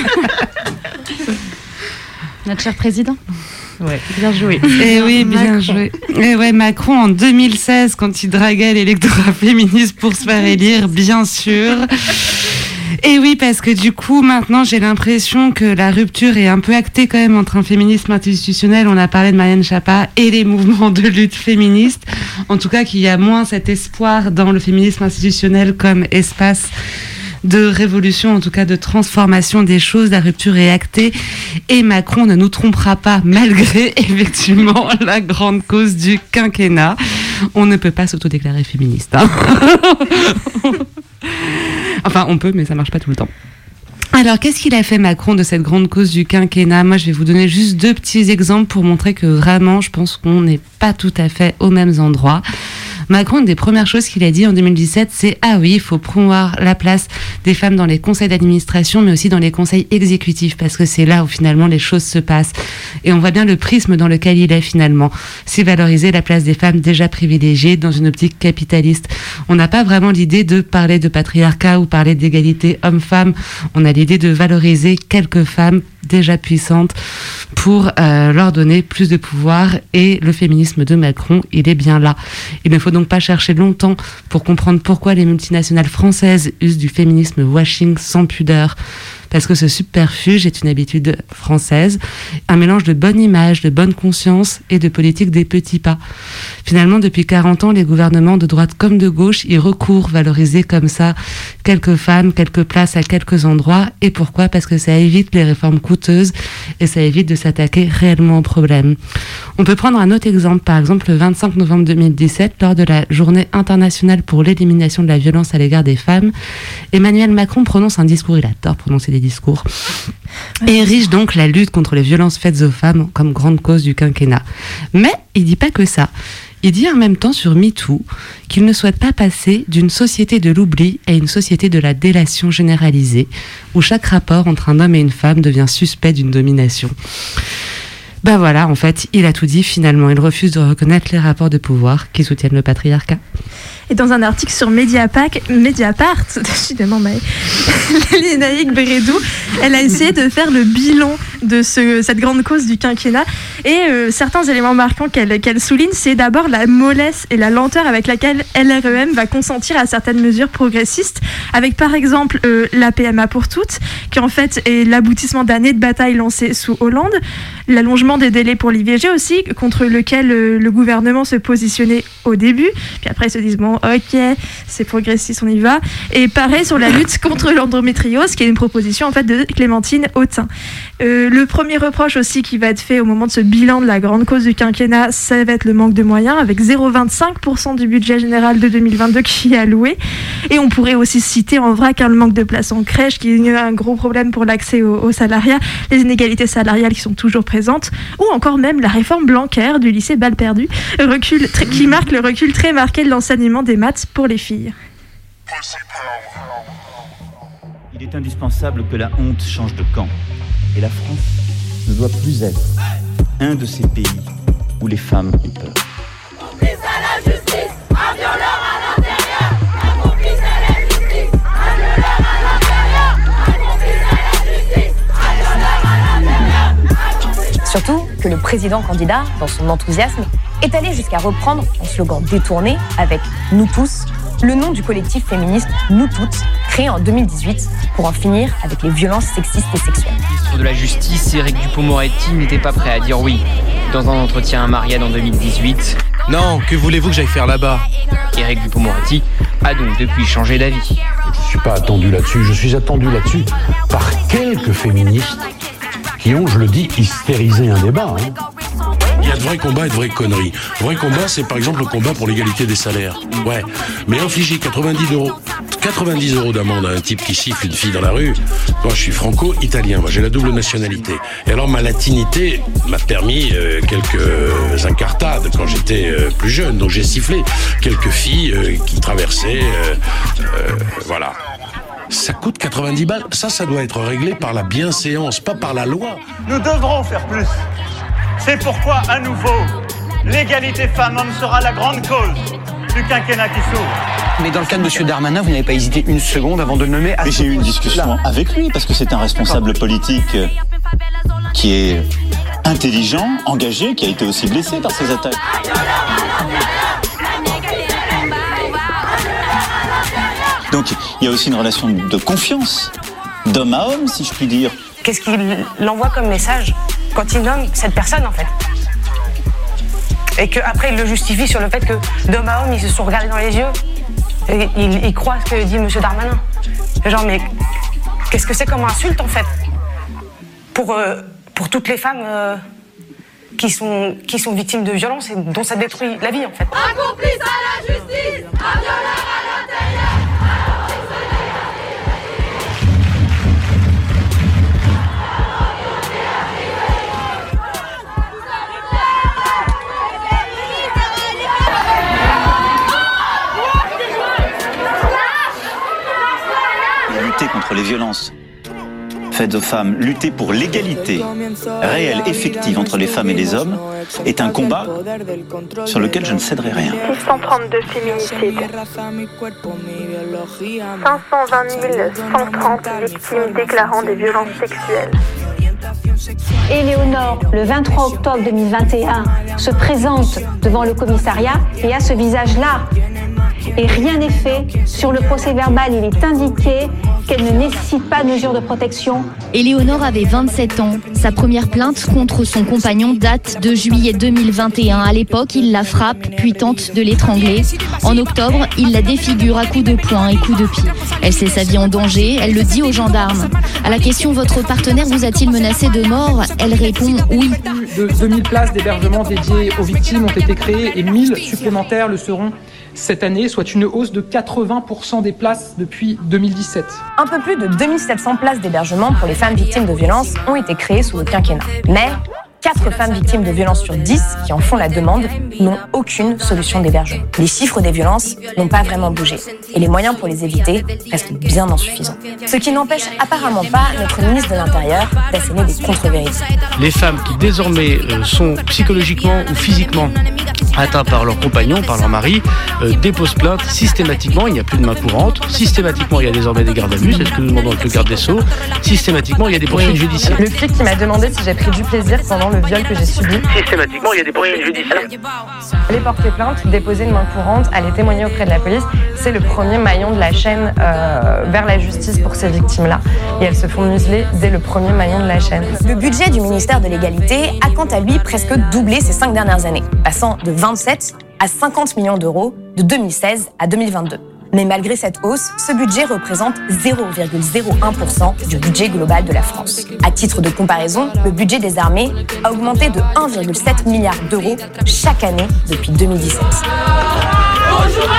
Notre cher président. Ouais, bien joué. Et oui, bien Macron. joué. Et ouais, Macron en deux mille seize, quand il draguait l'électorat féministe pour se faire élire, bien sûr. Et oui, parce que du coup, maintenant, j'ai l'impression que la rupture est un peu actée quand même entre un féminisme institutionnel, on a parlé de Marlène Schiappa, et les mouvements de lutte féministe. En tout cas, qu'il y a moins cet espoir dans le féminisme institutionnel comme espace de révolution, en tout cas de transformation des choses. La rupture est actée et Macron ne nous trompera pas, malgré effectivement la grande cause du quinquennat. On ne peut pas s'autodéclarer féministe. Hein. Enfin, on peut, mais ça marche pas tout le temps. Alors, qu'est-ce qu'il a fait Macron de cette grande cause du quinquennat ? Moi, je vais vous donner juste deux petits exemples pour montrer que vraiment, je pense qu'on n'est pas tout à fait aux mêmes endroits. Macron, une des premières choses qu'il a dit en deux mille dix-sept, c'est « Ah oui, il faut promouvoir la place des femmes dans les conseils d'administration, mais aussi dans les conseils exécutifs, parce que c'est là où finalement les choses se passent. » Et on voit bien le prisme dans lequel il est finalement. C'est valoriser la place des femmes déjà privilégiées dans une optique capitaliste. On n'a pas vraiment l'idée de parler de patriarcat ou parler d'égalité homme-femme. On a l'idée de valoriser quelques femmes déjà puissantes pour euh, leur donner plus de pouvoir, et le féminisme de Macron, il est bien là. Il ne faut donc pas chercher longtemps pour comprendre pourquoi les multinationales françaises usent du féminisme washing sans pudeur. Parce que ce subterfuge est une habitude française, un mélange de bonne image, de bonne conscience et de politique des petits pas. Finalement, depuis quarante ans, les gouvernements de droite comme de gauche y recourent, valoriser comme ça quelques femmes, quelques places à quelques endroits. Et pourquoi ? Parce que ça évite les réformes coûteuses et ça évite de s'attaquer réellement au problème. On peut prendre un autre exemple, par exemple le vingt-cinq novembre deux mille dix-sept, lors de la journée internationale pour l'élimination de la violence à l'égard des femmes, Emmanuel Macron prononce un discours, il adore prononcer des discours, et érige donc la lutte contre les violences faites aux femmes comme grande cause du quinquennat. Mais il dit pas que ça. Il dit en même temps sur MeToo qu'il ne souhaite pas passer d'une société de l'oubli à une société de la délation généralisée, où chaque rapport entre un homme et une femme devient suspect d'une domination. Ben voilà, en fait, il a tout dit finalement. Il refuse de reconnaître les rapports de pouvoir qui soutiennent le patriarcat. Et dans un article sur Mediapart, Mediapart décidément, mais Lénaïque Bérédou, elle a essayé de faire le bilan de ce, cette grande cause du quinquennat. Et euh, certains éléments marquants qu'elle, qu'elle souligne, c'est d'abord la mollesse et la lenteur avec laquelle L R E M va consentir à certaines mesures progressistes, avec par exemple euh, la P M A pour toutes, qui en fait est l'aboutissement d'années de bataille lancées sous Hollande, l'allongement des délais pour l'I V G aussi, contre lequel euh, le gouvernement se positionnait au début, puis après ils se disent bon ok, c'est progressiste, on y va. Et pareil sur la lutte contre l'endométriose, qui est une proposition en fait de Clémentine Autain. Euh, le premier reproche aussi qui va être fait au moment de ce bilan de la grande cause du quinquennat, ça va être le manque de moyens, avec zéro virgule vingt-cinq pour cent du budget général de deux mille vingt-deux qui est alloué. Et on pourrait aussi citer en vrac hein, le manque de places en crèche, qui est un gros problème pour l'accès au, au salariat, les inégalités salariales qui sont toujours présentes, ou encore même la réforme Blanquer du lycée Balle-Perdue, recul très, qui marque le recul très marqué de l'enseignement des maths pour les filles. Il est indispensable que la honte change de camp. Et la France ne doit plus être un de ces pays où les femmes ont peur. Complice à la justice, un violeur à l'intérieur. Un complice à la justice, un violeur à l'intérieur. Un complice à la justice, un violeur à l'intérieur. Surtout que le président candidat, dans son enthousiasme, est allé jusqu'à reprendre un slogan détourné avec « Nous tous, le nom du collectif féministe Nous Toutes, créé en deux mille dix-huit pour en finir avec les violences sexistes et sexuelles. Le ministre de la Justice, Éric Dupond-Moretti, n'était pas prêt à dire oui. Dans un entretien à Marianne en deux mille dix-huit... Non, que voulez-vous que j'aille faire là-bas ? Éric Dupond-Moretti a donc depuis changé d'avis. Je ne suis pas attendu là-dessus, je suis attendu là-dessus par quelques féministes qui ont, je le dis, hystérisé un débat. Hein. Il y a de vrais combats et de vraies conneries. Le vrai combat, c'est par exemple le combat pour l'égalité des salaires. Ouais, mais infliger quatre-vingt-dix euros, quatre-vingt-dix euros d'amende à un type qui siffle une fille dans la rue, moi je suis franco-italien, moi j'ai la double nationalité. Et alors ma latinité m'a permis euh, quelques incartades quand j'étais euh, plus jeune, donc j'ai sifflé quelques filles euh, qui traversaient, euh, euh, voilà. Ça coûte quatre-vingt-dix balles, ça, ça doit être réglé par la bienséance, pas par la loi. Nous devrons faire plus. C'est pourquoi, à nouveau, l'égalité femmes-hommes sera la grande cause du quinquennat qui s'ouvre. Mais dans le cas de M. Darmanin, vous n'avez pas hésité une seconde avant de le nommer à... Mais j'ai eu une discussion avec lui, parce que c'est un responsable politique qui est intelligent, engagé, qui a été aussi blessé par ces attaques. Donc il y a aussi une relation de confiance, d'homme à homme, si je puis dire. Qu'est-ce qu'il envoie comme message quand il nomme cette personne, en fait? Et qu'après, il le justifie sur le fait que d'homme à homme, ils se sont regardés dans les yeux et ils, ils croient ce que dit M. Darmanin. Genre, mais qu'est-ce que c'est comme insulte, en fait, pour, euh, pour toutes les femmes euh, qui, sont, qui sont victimes de violences et dont ça détruit la vie, en fait. Un complice à la justice, un violeur à l'intérieur. Lutter contre les violences faites aux femmes, lutter pour l'égalité réelle, effective entre les femmes et les hommes est un combat sur lequel je ne céderai rien. six cent trente-deux féminicides. cinq cent vingt mille cent trente victimes déclarant des violences sexuelles. Éléonore, le vingt-trois octobre deux mille vingt et un, se présente devant le commissariat et a ce visage-là. Et rien n'est fait. Sur le procès-verbal, il est indiqué qu'elle ne nécessite pas de mesure de protection. Éléonore avait vingt-sept ans. Sa première plainte contre son compagnon date de juillet deux mille vingt et un. À l'époque, il la frappe, puis tente de l'étrangler. En octobre, il la défigure à coups de poing et coups de pied. Elle sait sa vie en danger, elle le dit aux gendarmes. À la question « Votre partenaire vous a-t-il menacé de mort ?» elle répond « Oui ». De deux mille places d'hébergement dédiées aux victimes ont été créées et mille supplémentaires le seront cette année, soit une hausse de quatre-vingts pour cent des places depuis deux mille dix-sept. Un peu plus de deux mille sept cents places d'hébergement pour les femmes victimes de violences ont été créées sous le quinquennat. Mais quatre femmes victimes de violences sur dix qui en font la demande n'ont aucune solution d'hébergement. Les chiffres des violences n'ont pas vraiment bougé et les moyens pour les éviter restent bien insuffisants. Ce qui n'empêche apparemment pas notre ministre de l'Intérieur d'asséner des contre-vérités. Les femmes qui désormais euh, sont psychologiquement ou physiquement atteintes par leur compagnon, par leur mari, euh, déposent plainte systématiquement, il n'y a plus de main courante, systématiquement il y a désormais des gardes à vue, c'est ce que nous demandons avec le garde des Sceaux, systématiquement il y a des poursuites oui. judiciaires. Le flic qui m'a demandé si j'ai pris du plaisir pendant le viol que j'ai subi. Systématiquement il y a des poursuites judiciaires. Aller porter plainte, déposer une main courante, aller témoigner auprès de la police, c'est le premier maillon de la chaîne euh, vers la justice pour ces victimes-là. Et elles se font museler dès le premier maillon de la chaîne. Le budget du ministère de l'Égalité a quant à lui presque doublé ces cinq dernières années, passant de vingt-sept à cinquante millions d'euros de deux mille seize à deux mille vingt-deux. Mais malgré cette hausse, ce budget représente zéro virgule zéro un pour cent du budget global de la France. À titre de comparaison, le budget des armées a augmenté de un virgule sept milliard d'euros chaque année depuis deux mille dix-sept. On jouera,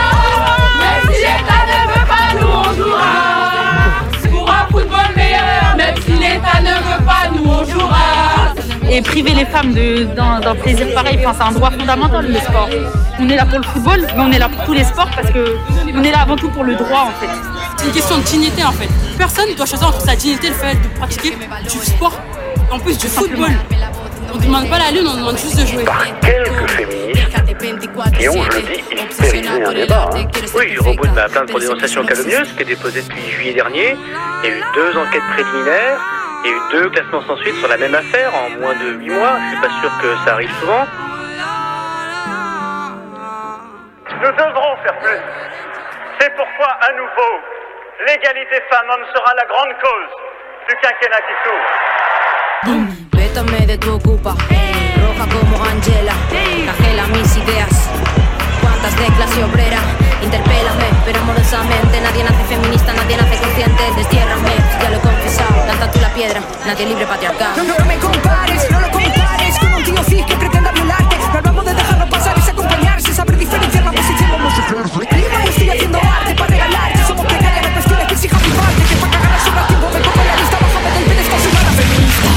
même si l'État ne veut pas, nous on jouera. Pour un football meilleur, même si l'État ne veut pas, nous on jouera. Et priver les femmes de, d'un, d'un plaisir pareil, enfin, c'est un droit fondamental, le sport. On est là pour le football, mais on est là pour tous les sports parce qu'on est là avant tout pour le droit, en fait. C'est une question de dignité, en fait. Personne ne doit choisir entre sa dignité et le fait de pratiquer du sport, en plus du football. On ne demande pas la lune, on demande juste de jouer. Par quelques féministes qui ont, je le dis, hystérisé un débat. Hein. Oui, Reboud m'a plainte pour dénonciation calomnieuse qui est déposée depuis juillet dernier. Il y a eu deux enquêtes préliminaires. Il y a eu deux classements sans suite sur la même affaire en moins de huit mois. Je suis pas sûr que ça arrive souvent. Nous devrons faire plus. C'est pourquoi, à nouveau, l'égalité femmes-hommes sera la grande cause du quinquennat qui s'ouvre. Vétame de tu ocupa, roja como Angela, cajela mis ideas. Cuántas de clase obrera, interpélame, pero amorosamente. Nadie nace feminista, nadie nace consciente. Destiérrame, ya lo he confesado. Lanza tú la piedra, nadie libre patriarcal. No, no, no me compares, no lo compares con un tío cis que pretenda violarte. No hablamos de dejarlo pasar, es acompañarse, saber diferenciar la posición. Vamos a hacer. Yo no estoy haciendo arte para regalarte. Somos precarias, la cuestión es que exijan mi parte. Que para cagar sobra tiempo me pongo en la lista. Bájame del pedestal, soy una feminista.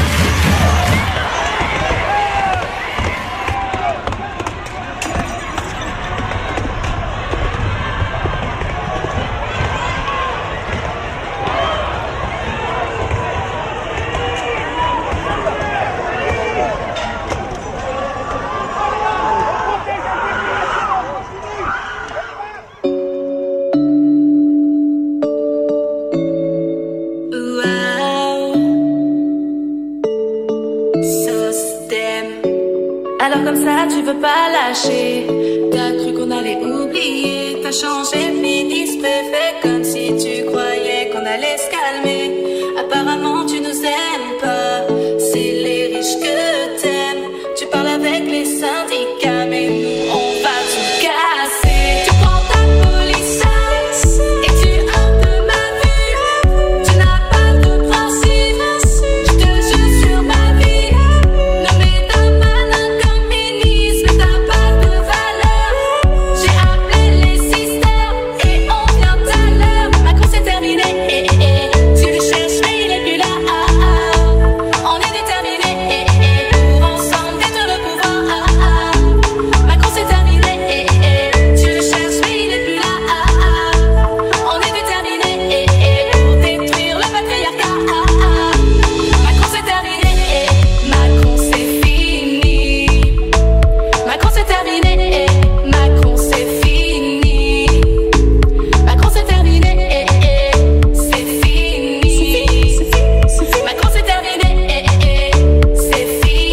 Alors comme ça tu veux pas lâcher. T'as cru qu'on allait oublier. T'as changé de ministre, fait comme si tu croyais qu'on allait se calmer. Apparemment tu nous aimes pas. C'est les riches que t'aimes. Tu parles avec les syndicats, mais nous on va tout casser. Tu prends ta police et tu hors de ma vue. Tu n'as pas de principe. Je te jure sur ma vie. Nommé d'un malin comme ministre, mais t'as pas de valeur. J'ai appelé les sisters et on vient tout à l'heure. Macron c'est terminé. Eh, eh, eh. Tu le cherches mais il est plus là. Ah, ah. On est déterminé. Eh, eh, eh. Pour ensemble détruire le pouvoir. Ah, ah. Macron c'est terminé. Eh, eh, eh. Tu le cherches mais il est plus là. Ah, ah. On est déterminé. Eh, eh. Pour détruire le patriarcat. Ah, ah. Macron c'est terminé. Eh, Macron c'est fini. Macron c'est terminé. Eh, Macron c'est fini. Macron c'est terminé. Eh, eh. C'est fini. Macron c'est terminé. Eh, eh. C'est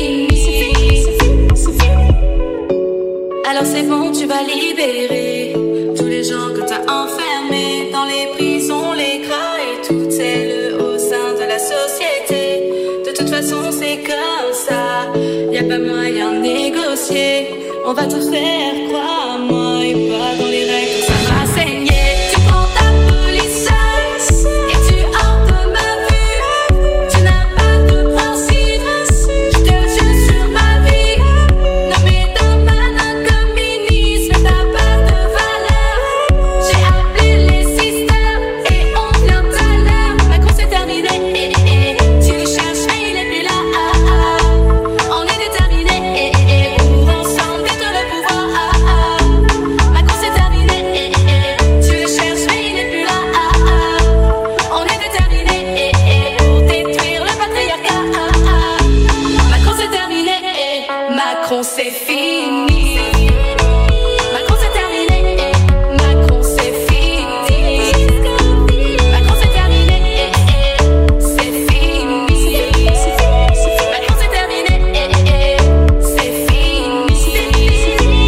fini. Alors c'est bon, tu vas libérer tous les gens que t'as enfermés dans les prisons, les gras et toutes celles au sein de la société. De toute façon c'est comme ça, y a pas moyen de négocier. On va tout faire, crois-moi, et pas dans les règles, ça va saigner. Tu prends ta police et tu hors de ma vue. Tu n'as pas de principe, je te jure sur ma vie. Nommé d'un malin comme ministre, mais t'as pas de valeur. J'ai appelé les sisters et on vient tout à l'heure. Macron c'est terminé. Eh, eh, eh. Tu le cherches mais il est plus là. Ah, ah. On est déterminé. Eh, eh, eh. Pour ensemble détruire le pouvoir. Ah, ah. Macron c'est terminé. Eh, eh, eh. Tu le cherches mais il est plus là. Ah, ah. On est déterminé. Eh, eh. Pour détruire le patriarcat. Ah, ah. Macron c'est terminé. Eh. Macron c'est fini. Macron c'est terminé. Eh. Macron c'est fini. Macron c'est terminé. Eh, eh. C'est fini. Macron c'est terminé. Eh, eh. C'est fini.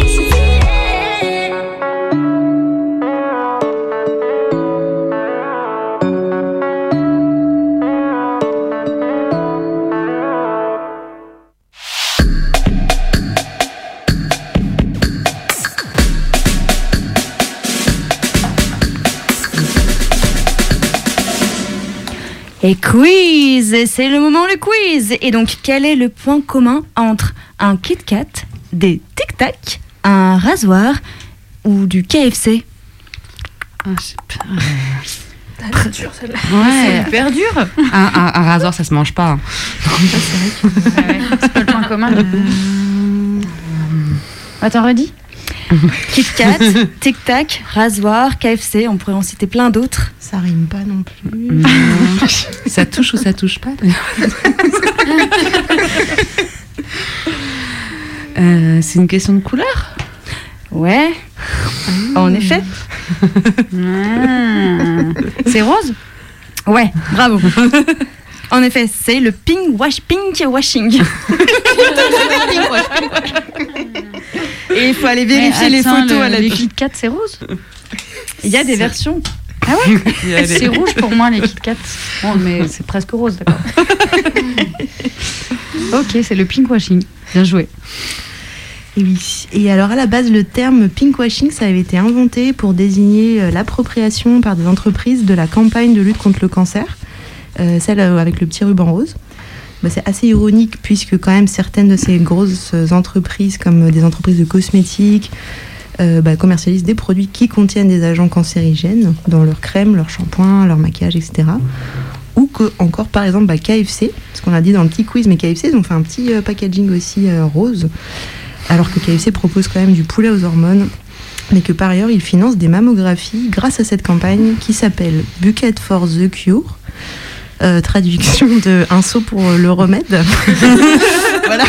Et quiz, c'est le moment le quiz. Et donc, quel est le point commun entre un Kit Kat, des Tic Tac, un rasoir ou du K F C? Ah, je sais pas. C'est dur celle-là. Ouais. C'est hyper dur. Un, un, un rasoir, ça se mange pas. hein. C'est pas le point commun. Attends, redis. Kit Kat, Tic Tac, rasoir, K F C, on pourrait en citer plein d'autres. Ça rime pas non plus. Mmh. Ça touche ou ça touche pas d'ailleurs. euh, C'est une question de couleur? Ouais, mmh. En effet. Mmh. C'est rose? Ouais, bravo. En effet, c'est le pink wash pink washing. Et il faut aller vérifier Mais les attends, photos le, à la les Kit Kat, c'est rose? Il y a des versions. Ah ouais. C'est rouge pour moi les Kit Kat. Bon, mais c'est presque rose, d'accord. Ok, c'est le pinkwashing. Bien joué. Et oui. Et alors à la base, le terme pinkwashing, ça avait été inventé pour désigner euh, l'appropriation par des entreprises de la campagne de lutte contre le cancer, euh, celle euh, avec le petit ruban rose. Bah, c'est assez ironique puisque quand même certaines de ces grosses entreprises, comme des entreprises de cosmétiques, euh, bah, commercialisent des produits qui contiennent des agents cancérigènes dans leurs crèmes, leurs shampoings, leur maquillage, et cetera. Ou que encore par exemple bah, K F C, parce qu'on a dit dans le petit quiz, mais K F C ils ont fait un petit euh, packaging aussi euh, rose. Alors que K F C propose quand même du poulet aux hormones, mais que par ailleurs, il finance des mammographies grâce à cette campagne qui s'appelle Bucket for the Cure, euh, traduction de un seau pour le remède. Voilà.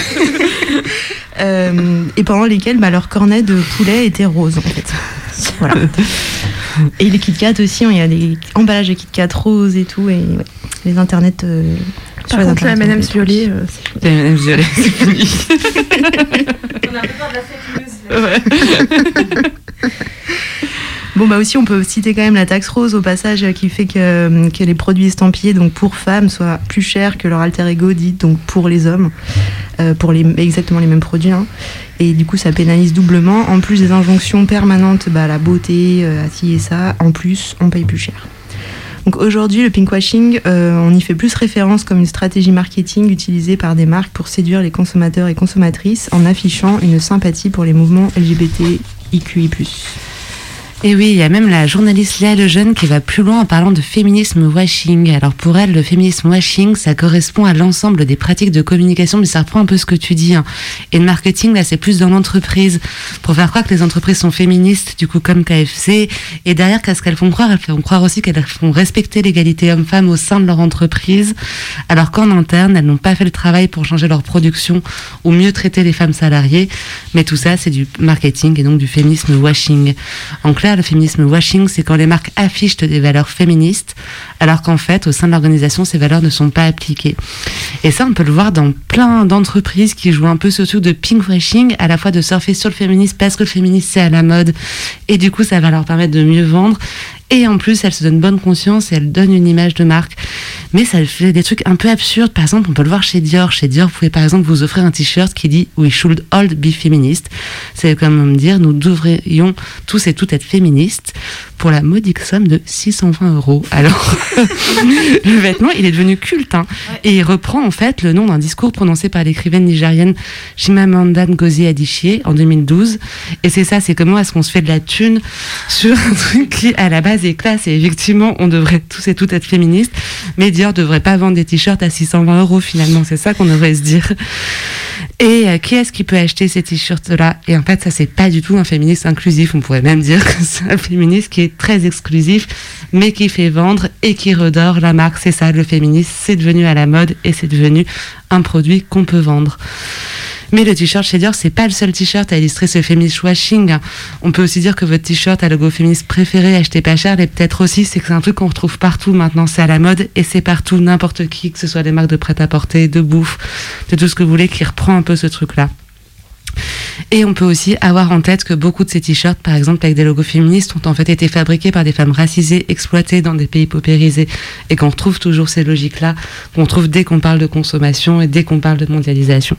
Euh, et pendant lesquels bah, leur cornet de poulet était rose, en fait. Voilà. Et les Kit Kat aussi, il y a des emballages de Kit Kat roses et tout, et ouais, les internets... Euh, Par sur contre, la M and M's violet, euh, c'est fini. La M and M's violet, c'est fini. On a un peu peur de la fake news. Ouais. Bon bah aussi on peut citer quand même la taxe rose au passage qui fait que, que les produits estampillés donc pour femmes soient plus chers que leur alter ego dit donc pour les hommes euh, pour les, exactement les mêmes produits hein. Et du coup ça pénalise doublement en plus des injonctions permanentes bah, à la beauté, euh, à ci et ça, en plus on paye plus cher. Donc aujourd'hui, le pinkwashing, euh, on y fait plus référence comme une stratégie marketing utilisée par des marques pour séduire les consommateurs et consommatrices en affichant une sympathie pour les mouvements L G B T I Q I plus. Et oui, il y a même la journaliste Léa Lejeune qui va plus loin en parlant de féminisme washing. Alors pour elle, le féminisme washing, ça correspond à l'ensemble des pratiques de communication, mais ça reprend un peu ce que tu dis. Hein. Et le marketing, là, c'est plus dans l'entreprise, pour faire croire que les entreprises sont féministes, du coup comme K F C. Et derrière, qu'est-ce qu'elles font croire ? Elles font croire aussi qu'elles font respecter l'égalité homme-femme au sein de leur entreprise, alors qu'en interne, elles n'ont pas fait le travail pour changer leur production ou mieux traiter les femmes salariées. Mais tout ça, c'est du marketing et donc du féminisme washing. En clair, le féminisme washing, c'est quand les marques affichent des valeurs féministes, alors qu'en fait, au sein de l'organisation, ces valeurs ne sont pas appliquées. Et ça, on peut le voir dans plein d'entreprises qui jouent un peu ce truc de pinkwashing, à la fois de surfer sur le féminisme parce que le féminisme, c'est à la mode, et du coup, ça va leur permettre de mieux vendre. Et en plus, elle se donne bonne conscience et elle donne une image de marque. Mais ça fait des trucs un peu absurdes. Par exemple, on peut le voir chez Dior. Chez Dior, vous pouvez par exemple vous offrir un t-shirt qui dit « We should all be feminist ». C'est comme dire « Nous devrions tous et toutes être féministes » pour la modique somme de six cent vingt euros. Alors, le vêtement, il est devenu culte. Hein, et il reprend en fait le nom d'un discours prononcé par l'écrivaine nigérienne Chimamanda Ngozi Adichie en deux mille douze. Et c'est ça, c'est comment est-ce qu'on se fait de la thune sur un truc qui, à la base, est classe. Et effectivement, on devrait tous et toutes être féministes. Mais Dior devrait pas vendre des t-shirts à six cent vingt euros finalement. C'est ça qu'on devrait se dire. Et euh, qui est-ce qui peut acheter ces t-shirts-là ? Et en fait, ça, c'est pas du tout un féministe inclusif. On pourrait même dire que c'est un féministe qui est très exclusif, mais qui fait vendre et qui redore la marque. C'est ça, le féminisme, c'est devenu à la mode et c'est devenu un produit qu'on peut vendre. Mais le t-shirt chez Dior, c'est pas le seul t-shirt à illustrer ce féminist washing. On peut aussi dire que votre t-shirt à logo féministe préféré, acheté pas cher, et peut-être aussi, c'est que c'est un truc qu'on retrouve partout maintenant. C'est à la mode et c'est partout, n'importe qui, que ce soit des marques de prêt-à-porter, de bouffe, de tout ce que vous voulez, qui reprend un peu ce truc-là. Et on peut aussi avoir en tête que beaucoup de ces t-shirts, par exemple avec des logos féministes, ont en fait été fabriqués par des femmes racisées, exploitées dans des pays paupérisés, et qu'on retrouve toujours ces logiques-là, qu'on trouve dès qu'on parle de consommation et dès qu'on parle de mondialisation.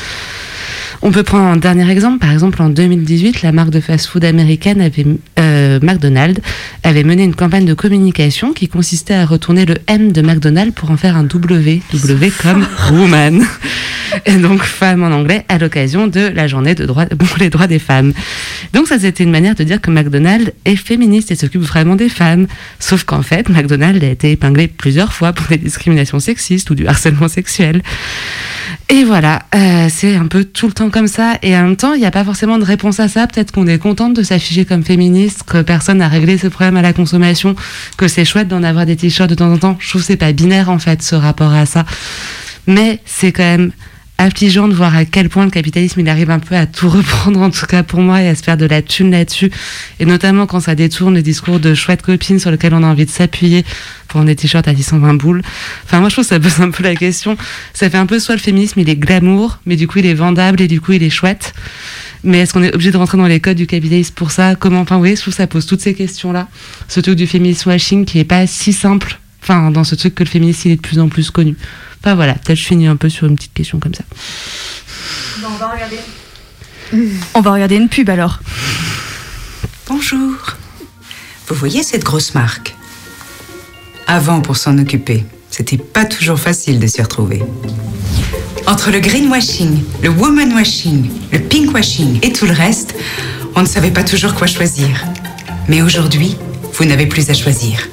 On peut prendre un dernier exemple. Par exemple, en deux mille dix-huit, la marque de fast-food américaine avait, euh, McDonald's avait mené une campagne de communication qui consistait à retourner le M de McDonald's pour en faire un W, W comme woman, et donc femme en anglais, à l'occasion de la journée de droit, pour les droits des femmes. Donc ça, c'était une manière de dire que McDonald's est féministe et s'occupe vraiment des femmes. Sauf qu'en fait, McDonald's a été épinglé plusieurs fois pour des discriminations sexistes ou du harcèlement sexuel. Et voilà, euh, c'est un peu tout le temps comme ça. Et en même temps, il n'y a pas forcément de réponse à ça. Peut-être qu'on est contente de s'afficher comme féministe, que personne n'a réglé ce problème à la consommation, que c'est chouette d'en avoir des t-shirts de temps en temps. Je trouve que c'est pas binaire, en fait, ce rapport à ça. Mais c'est quand même affligeant de voir à quel point le capitalisme il arrive un peu à tout reprendre, en tout cas pour moi, et à se faire de la thune là-dessus, et notamment quand ça détourne le discours de chouette copine sur lequel on a envie de s'appuyer pour des t-shirts à six cent vingt boules. Enfin moi je trouve que ça pose un peu la question, ça fait un peu soit le féminisme il est glamour, mais du coup il est vendable et du coup il est chouette, Mais est-ce qu'on est obligé de rentrer dans les codes du capitalisme pour ça? Comment, enfin, vous voyez, je trouve que ça pose toutes ces questions-là. Ce truc du féminisme washing qui est pas si simple, enfin, dans ce truc que le féminisme il est de plus en plus connu. Enfin voilà, peut-être je finis un peu sur une petite question comme ça. Bon, on va regarder. On va regarder une pub alors. Bonjour. Vous voyez cette grosse marque? Avant, pour s'en occuper, c'était pas toujours facile de s'y retrouver. Entre le greenwashing, le woman washing, le pink washing et tout le reste, on ne savait pas toujours quoi choisir. Mais aujourd'hui, vous n'avez plus à choisir.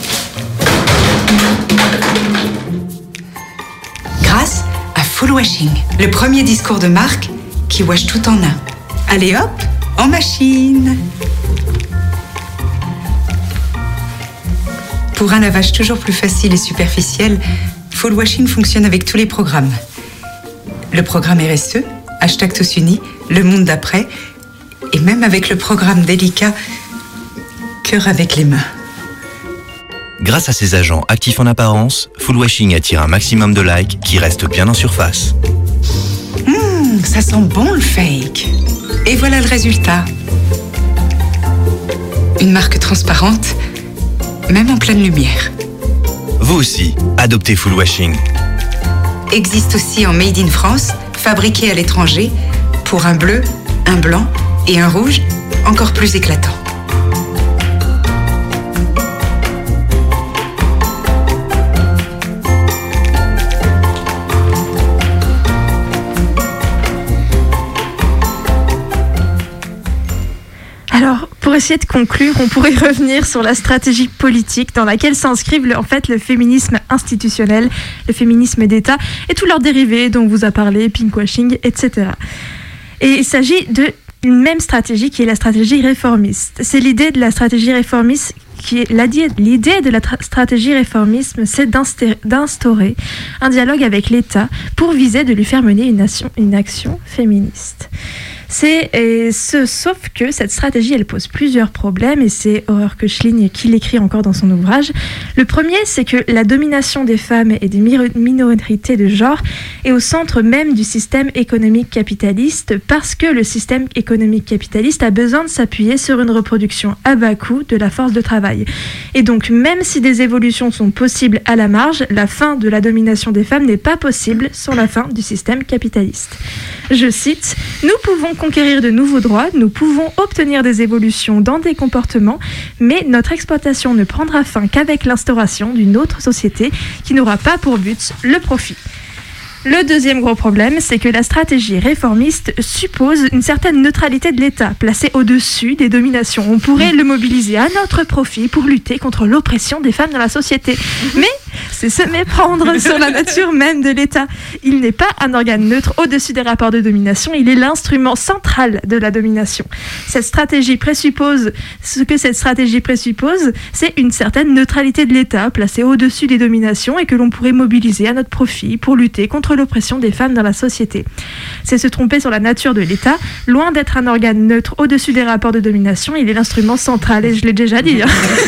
Grâce à Full Washing, le premier discours de marque qui wash tout en un. Allez hop, en machine. Pour un lavage toujours plus facile et superficiel, Full Washing fonctionne avec tous les programmes. Le programme R S E, hashtag tous unis, le monde d'après, et même avec le programme délicat, cœur avec les mains. Grâce à ses agents actifs en apparence, Full Washing attire un maximum de likes qui restent bien en surface. Mmh, ça sent bon le fake. Et voilà le résultat. Une marque transparente, même en pleine lumière. Vous aussi, adoptez Full Washing. Existe aussi en Made in France, fabriqué à l'étranger, pour un bleu, un blanc et un rouge encore plus éclatant. Alors, pour essayer de conclure, on pourrait revenir sur la stratégie politique dans laquelle s'inscrivent le, en fait le féminisme institutionnel, le féminisme d'État et tous leurs dérivés dont on vous a parlé, pinkwashing, et cetera. Et il s'agit d'une même stratégie qui est la stratégie réformiste. C'est l'idée de la stratégie réformiste qui est l'idée de la tra- stratégie réformisme, c'est d'instaurer un dialogue avec l'État pour viser de lui faire mener une action, une action féministe. C'est, et ce, sauf que cette stratégie, elle pose plusieurs problèmes, et c'est Aurore Koechlin qui l'écrit encore dans son ouvrage. Le premier, c'est que la domination des femmes et des minorités de genre est au centre même du système économique capitaliste, parce que le système économique capitaliste a besoin de s'appuyer sur une reproduction à bas coût de la force de travail. Et donc, même si des évolutions sont possibles à la marge, la fin de la domination des femmes n'est pas possible sans la fin du système capitaliste. Je cite, « Nous pouvons conquérir de nouveaux droits, nous pouvons obtenir des évolutions dans des comportements, mais notre exploitation ne prendra fin qu'avec l'instauration d'une autre société qui n'aura pas pour but le profit. » Le deuxième gros problème, c'est que la stratégie réformiste suppose une certaine neutralité de l'État, placée au-dessus des dominations. On pourrait le mobiliser à notre profit pour lutter contre l'oppression des femmes dans la société. Mais c'est se méprendre sur la nature même de l'État. Il n'est pas un organe neutre au-dessus des rapports de domination, il est l'instrument central de la domination. Cette stratégie présuppose, ce que cette stratégie présuppose, c'est une certaine neutralité de l'État, placée au-dessus des dominations et que l'on pourrait mobiliser à notre profit pour lutter contre l'oppression des femmes dans la société. C'est se tromper sur la nature de l'État. Loin d'être un organe neutre au-dessus des rapports de domination, il est l'instrument central, et je l'ai déjà dit. Hein.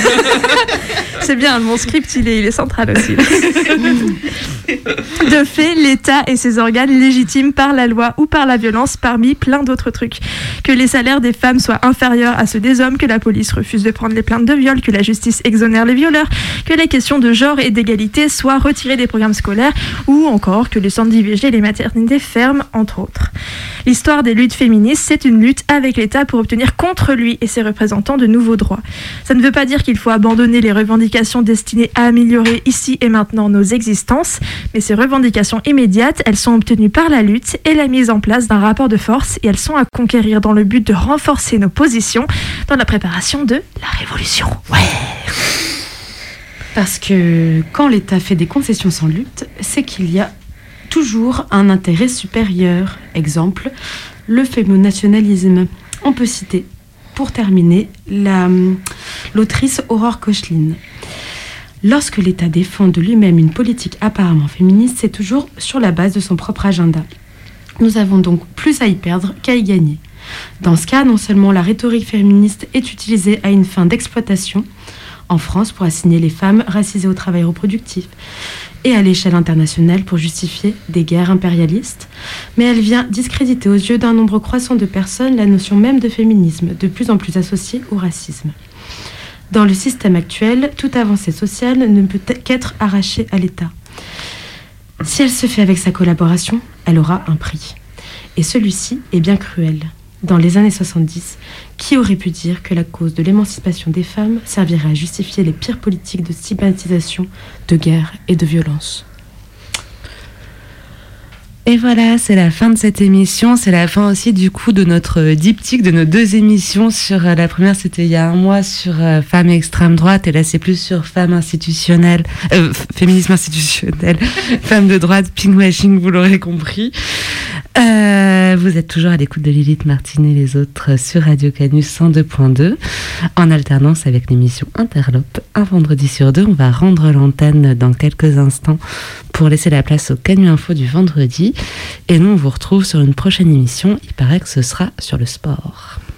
C'est bien, mon script, il est, il est central aussi. De fait, l'État et ses organes légitiment par la loi ou par la violence, parmi plein d'autres trucs. Que les salaires des femmes soient inférieurs à ceux des hommes, que la police refuse de prendre les plaintes de viol, que la justice exonère les violeurs, que les questions de genre et d'égalité soient retirées des programmes scolaires, ou encore que les centres d'I V G et les maternités ferment, entre autres. L'histoire des luttes féministes, c'est une lutte avec l'État pour obtenir contre lui et ses représentants de nouveaux droits. Ça ne veut pas dire qu'il faut abandonner les revendications destinées à améliorer ici et maintenant nos existences, mais ces revendications immédiates, elles sont obtenues par la lutte et la mise en place d'un rapport de force, et elles sont à conquérir dans le but de renforcer nos positions dans la préparation de la révolution. Ouais. Parce que quand l'État fait des concessions sans lutte, c'est qu'il y a toujours un intérêt supérieur. Exemple, le fémonationalisme. On peut citer, pour terminer, la, l'autrice Aurore Koechlin. Lorsque l'État défend de lui-même une politique apparemment féministe, c'est toujours sur la base de son propre agenda. Nous avons donc plus à y perdre qu'à y gagner. Dans ce cas, non seulement la rhétorique féministe est utilisée à une fin d'exploitation, en France pour assigner les femmes racisées au travail reproductif, et à l'échelle internationale pour justifier des guerres impérialistes, mais elle vient discréditer aux yeux d'un nombre croissant de personnes la notion même de féminisme, de plus en plus associée au racisme. Dans le système actuel, toute avancée sociale ne peut qu'être arrachée à l'État. Si elle se fait avec sa collaboration, elle aura un prix. Et celui-ci est bien cruel. Dans les années soixante-dix, qui aurait pu dire que la cause de l'émancipation des femmes servirait à justifier les pires politiques de stigmatisation, de guerre et de violence ? Et voilà, c'est la fin de cette émission. C'est la fin aussi du coup de notre diptyque, de nos deux émissions. Sur euh, la première, c'était il y a un mois sur euh, femmes et extrême droite, et là c'est plus sur femmes institutionnelles, euh, féminisme institutionnel, femmes de droite, pinkwashing, vous l'aurez compris. Euh, vous êtes toujours à l'écoute de Lilith Martin et les autres sur Radio Canus cent deux point deux, en alternance avec l'émission Interlope. Un vendredi sur deux, on va rendre l'antenne dans quelques instants pour laisser la place au Canu Info du vendredi. Et nous, on vous retrouve sur une prochaine émission. Il paraît que ce sera sur le sport.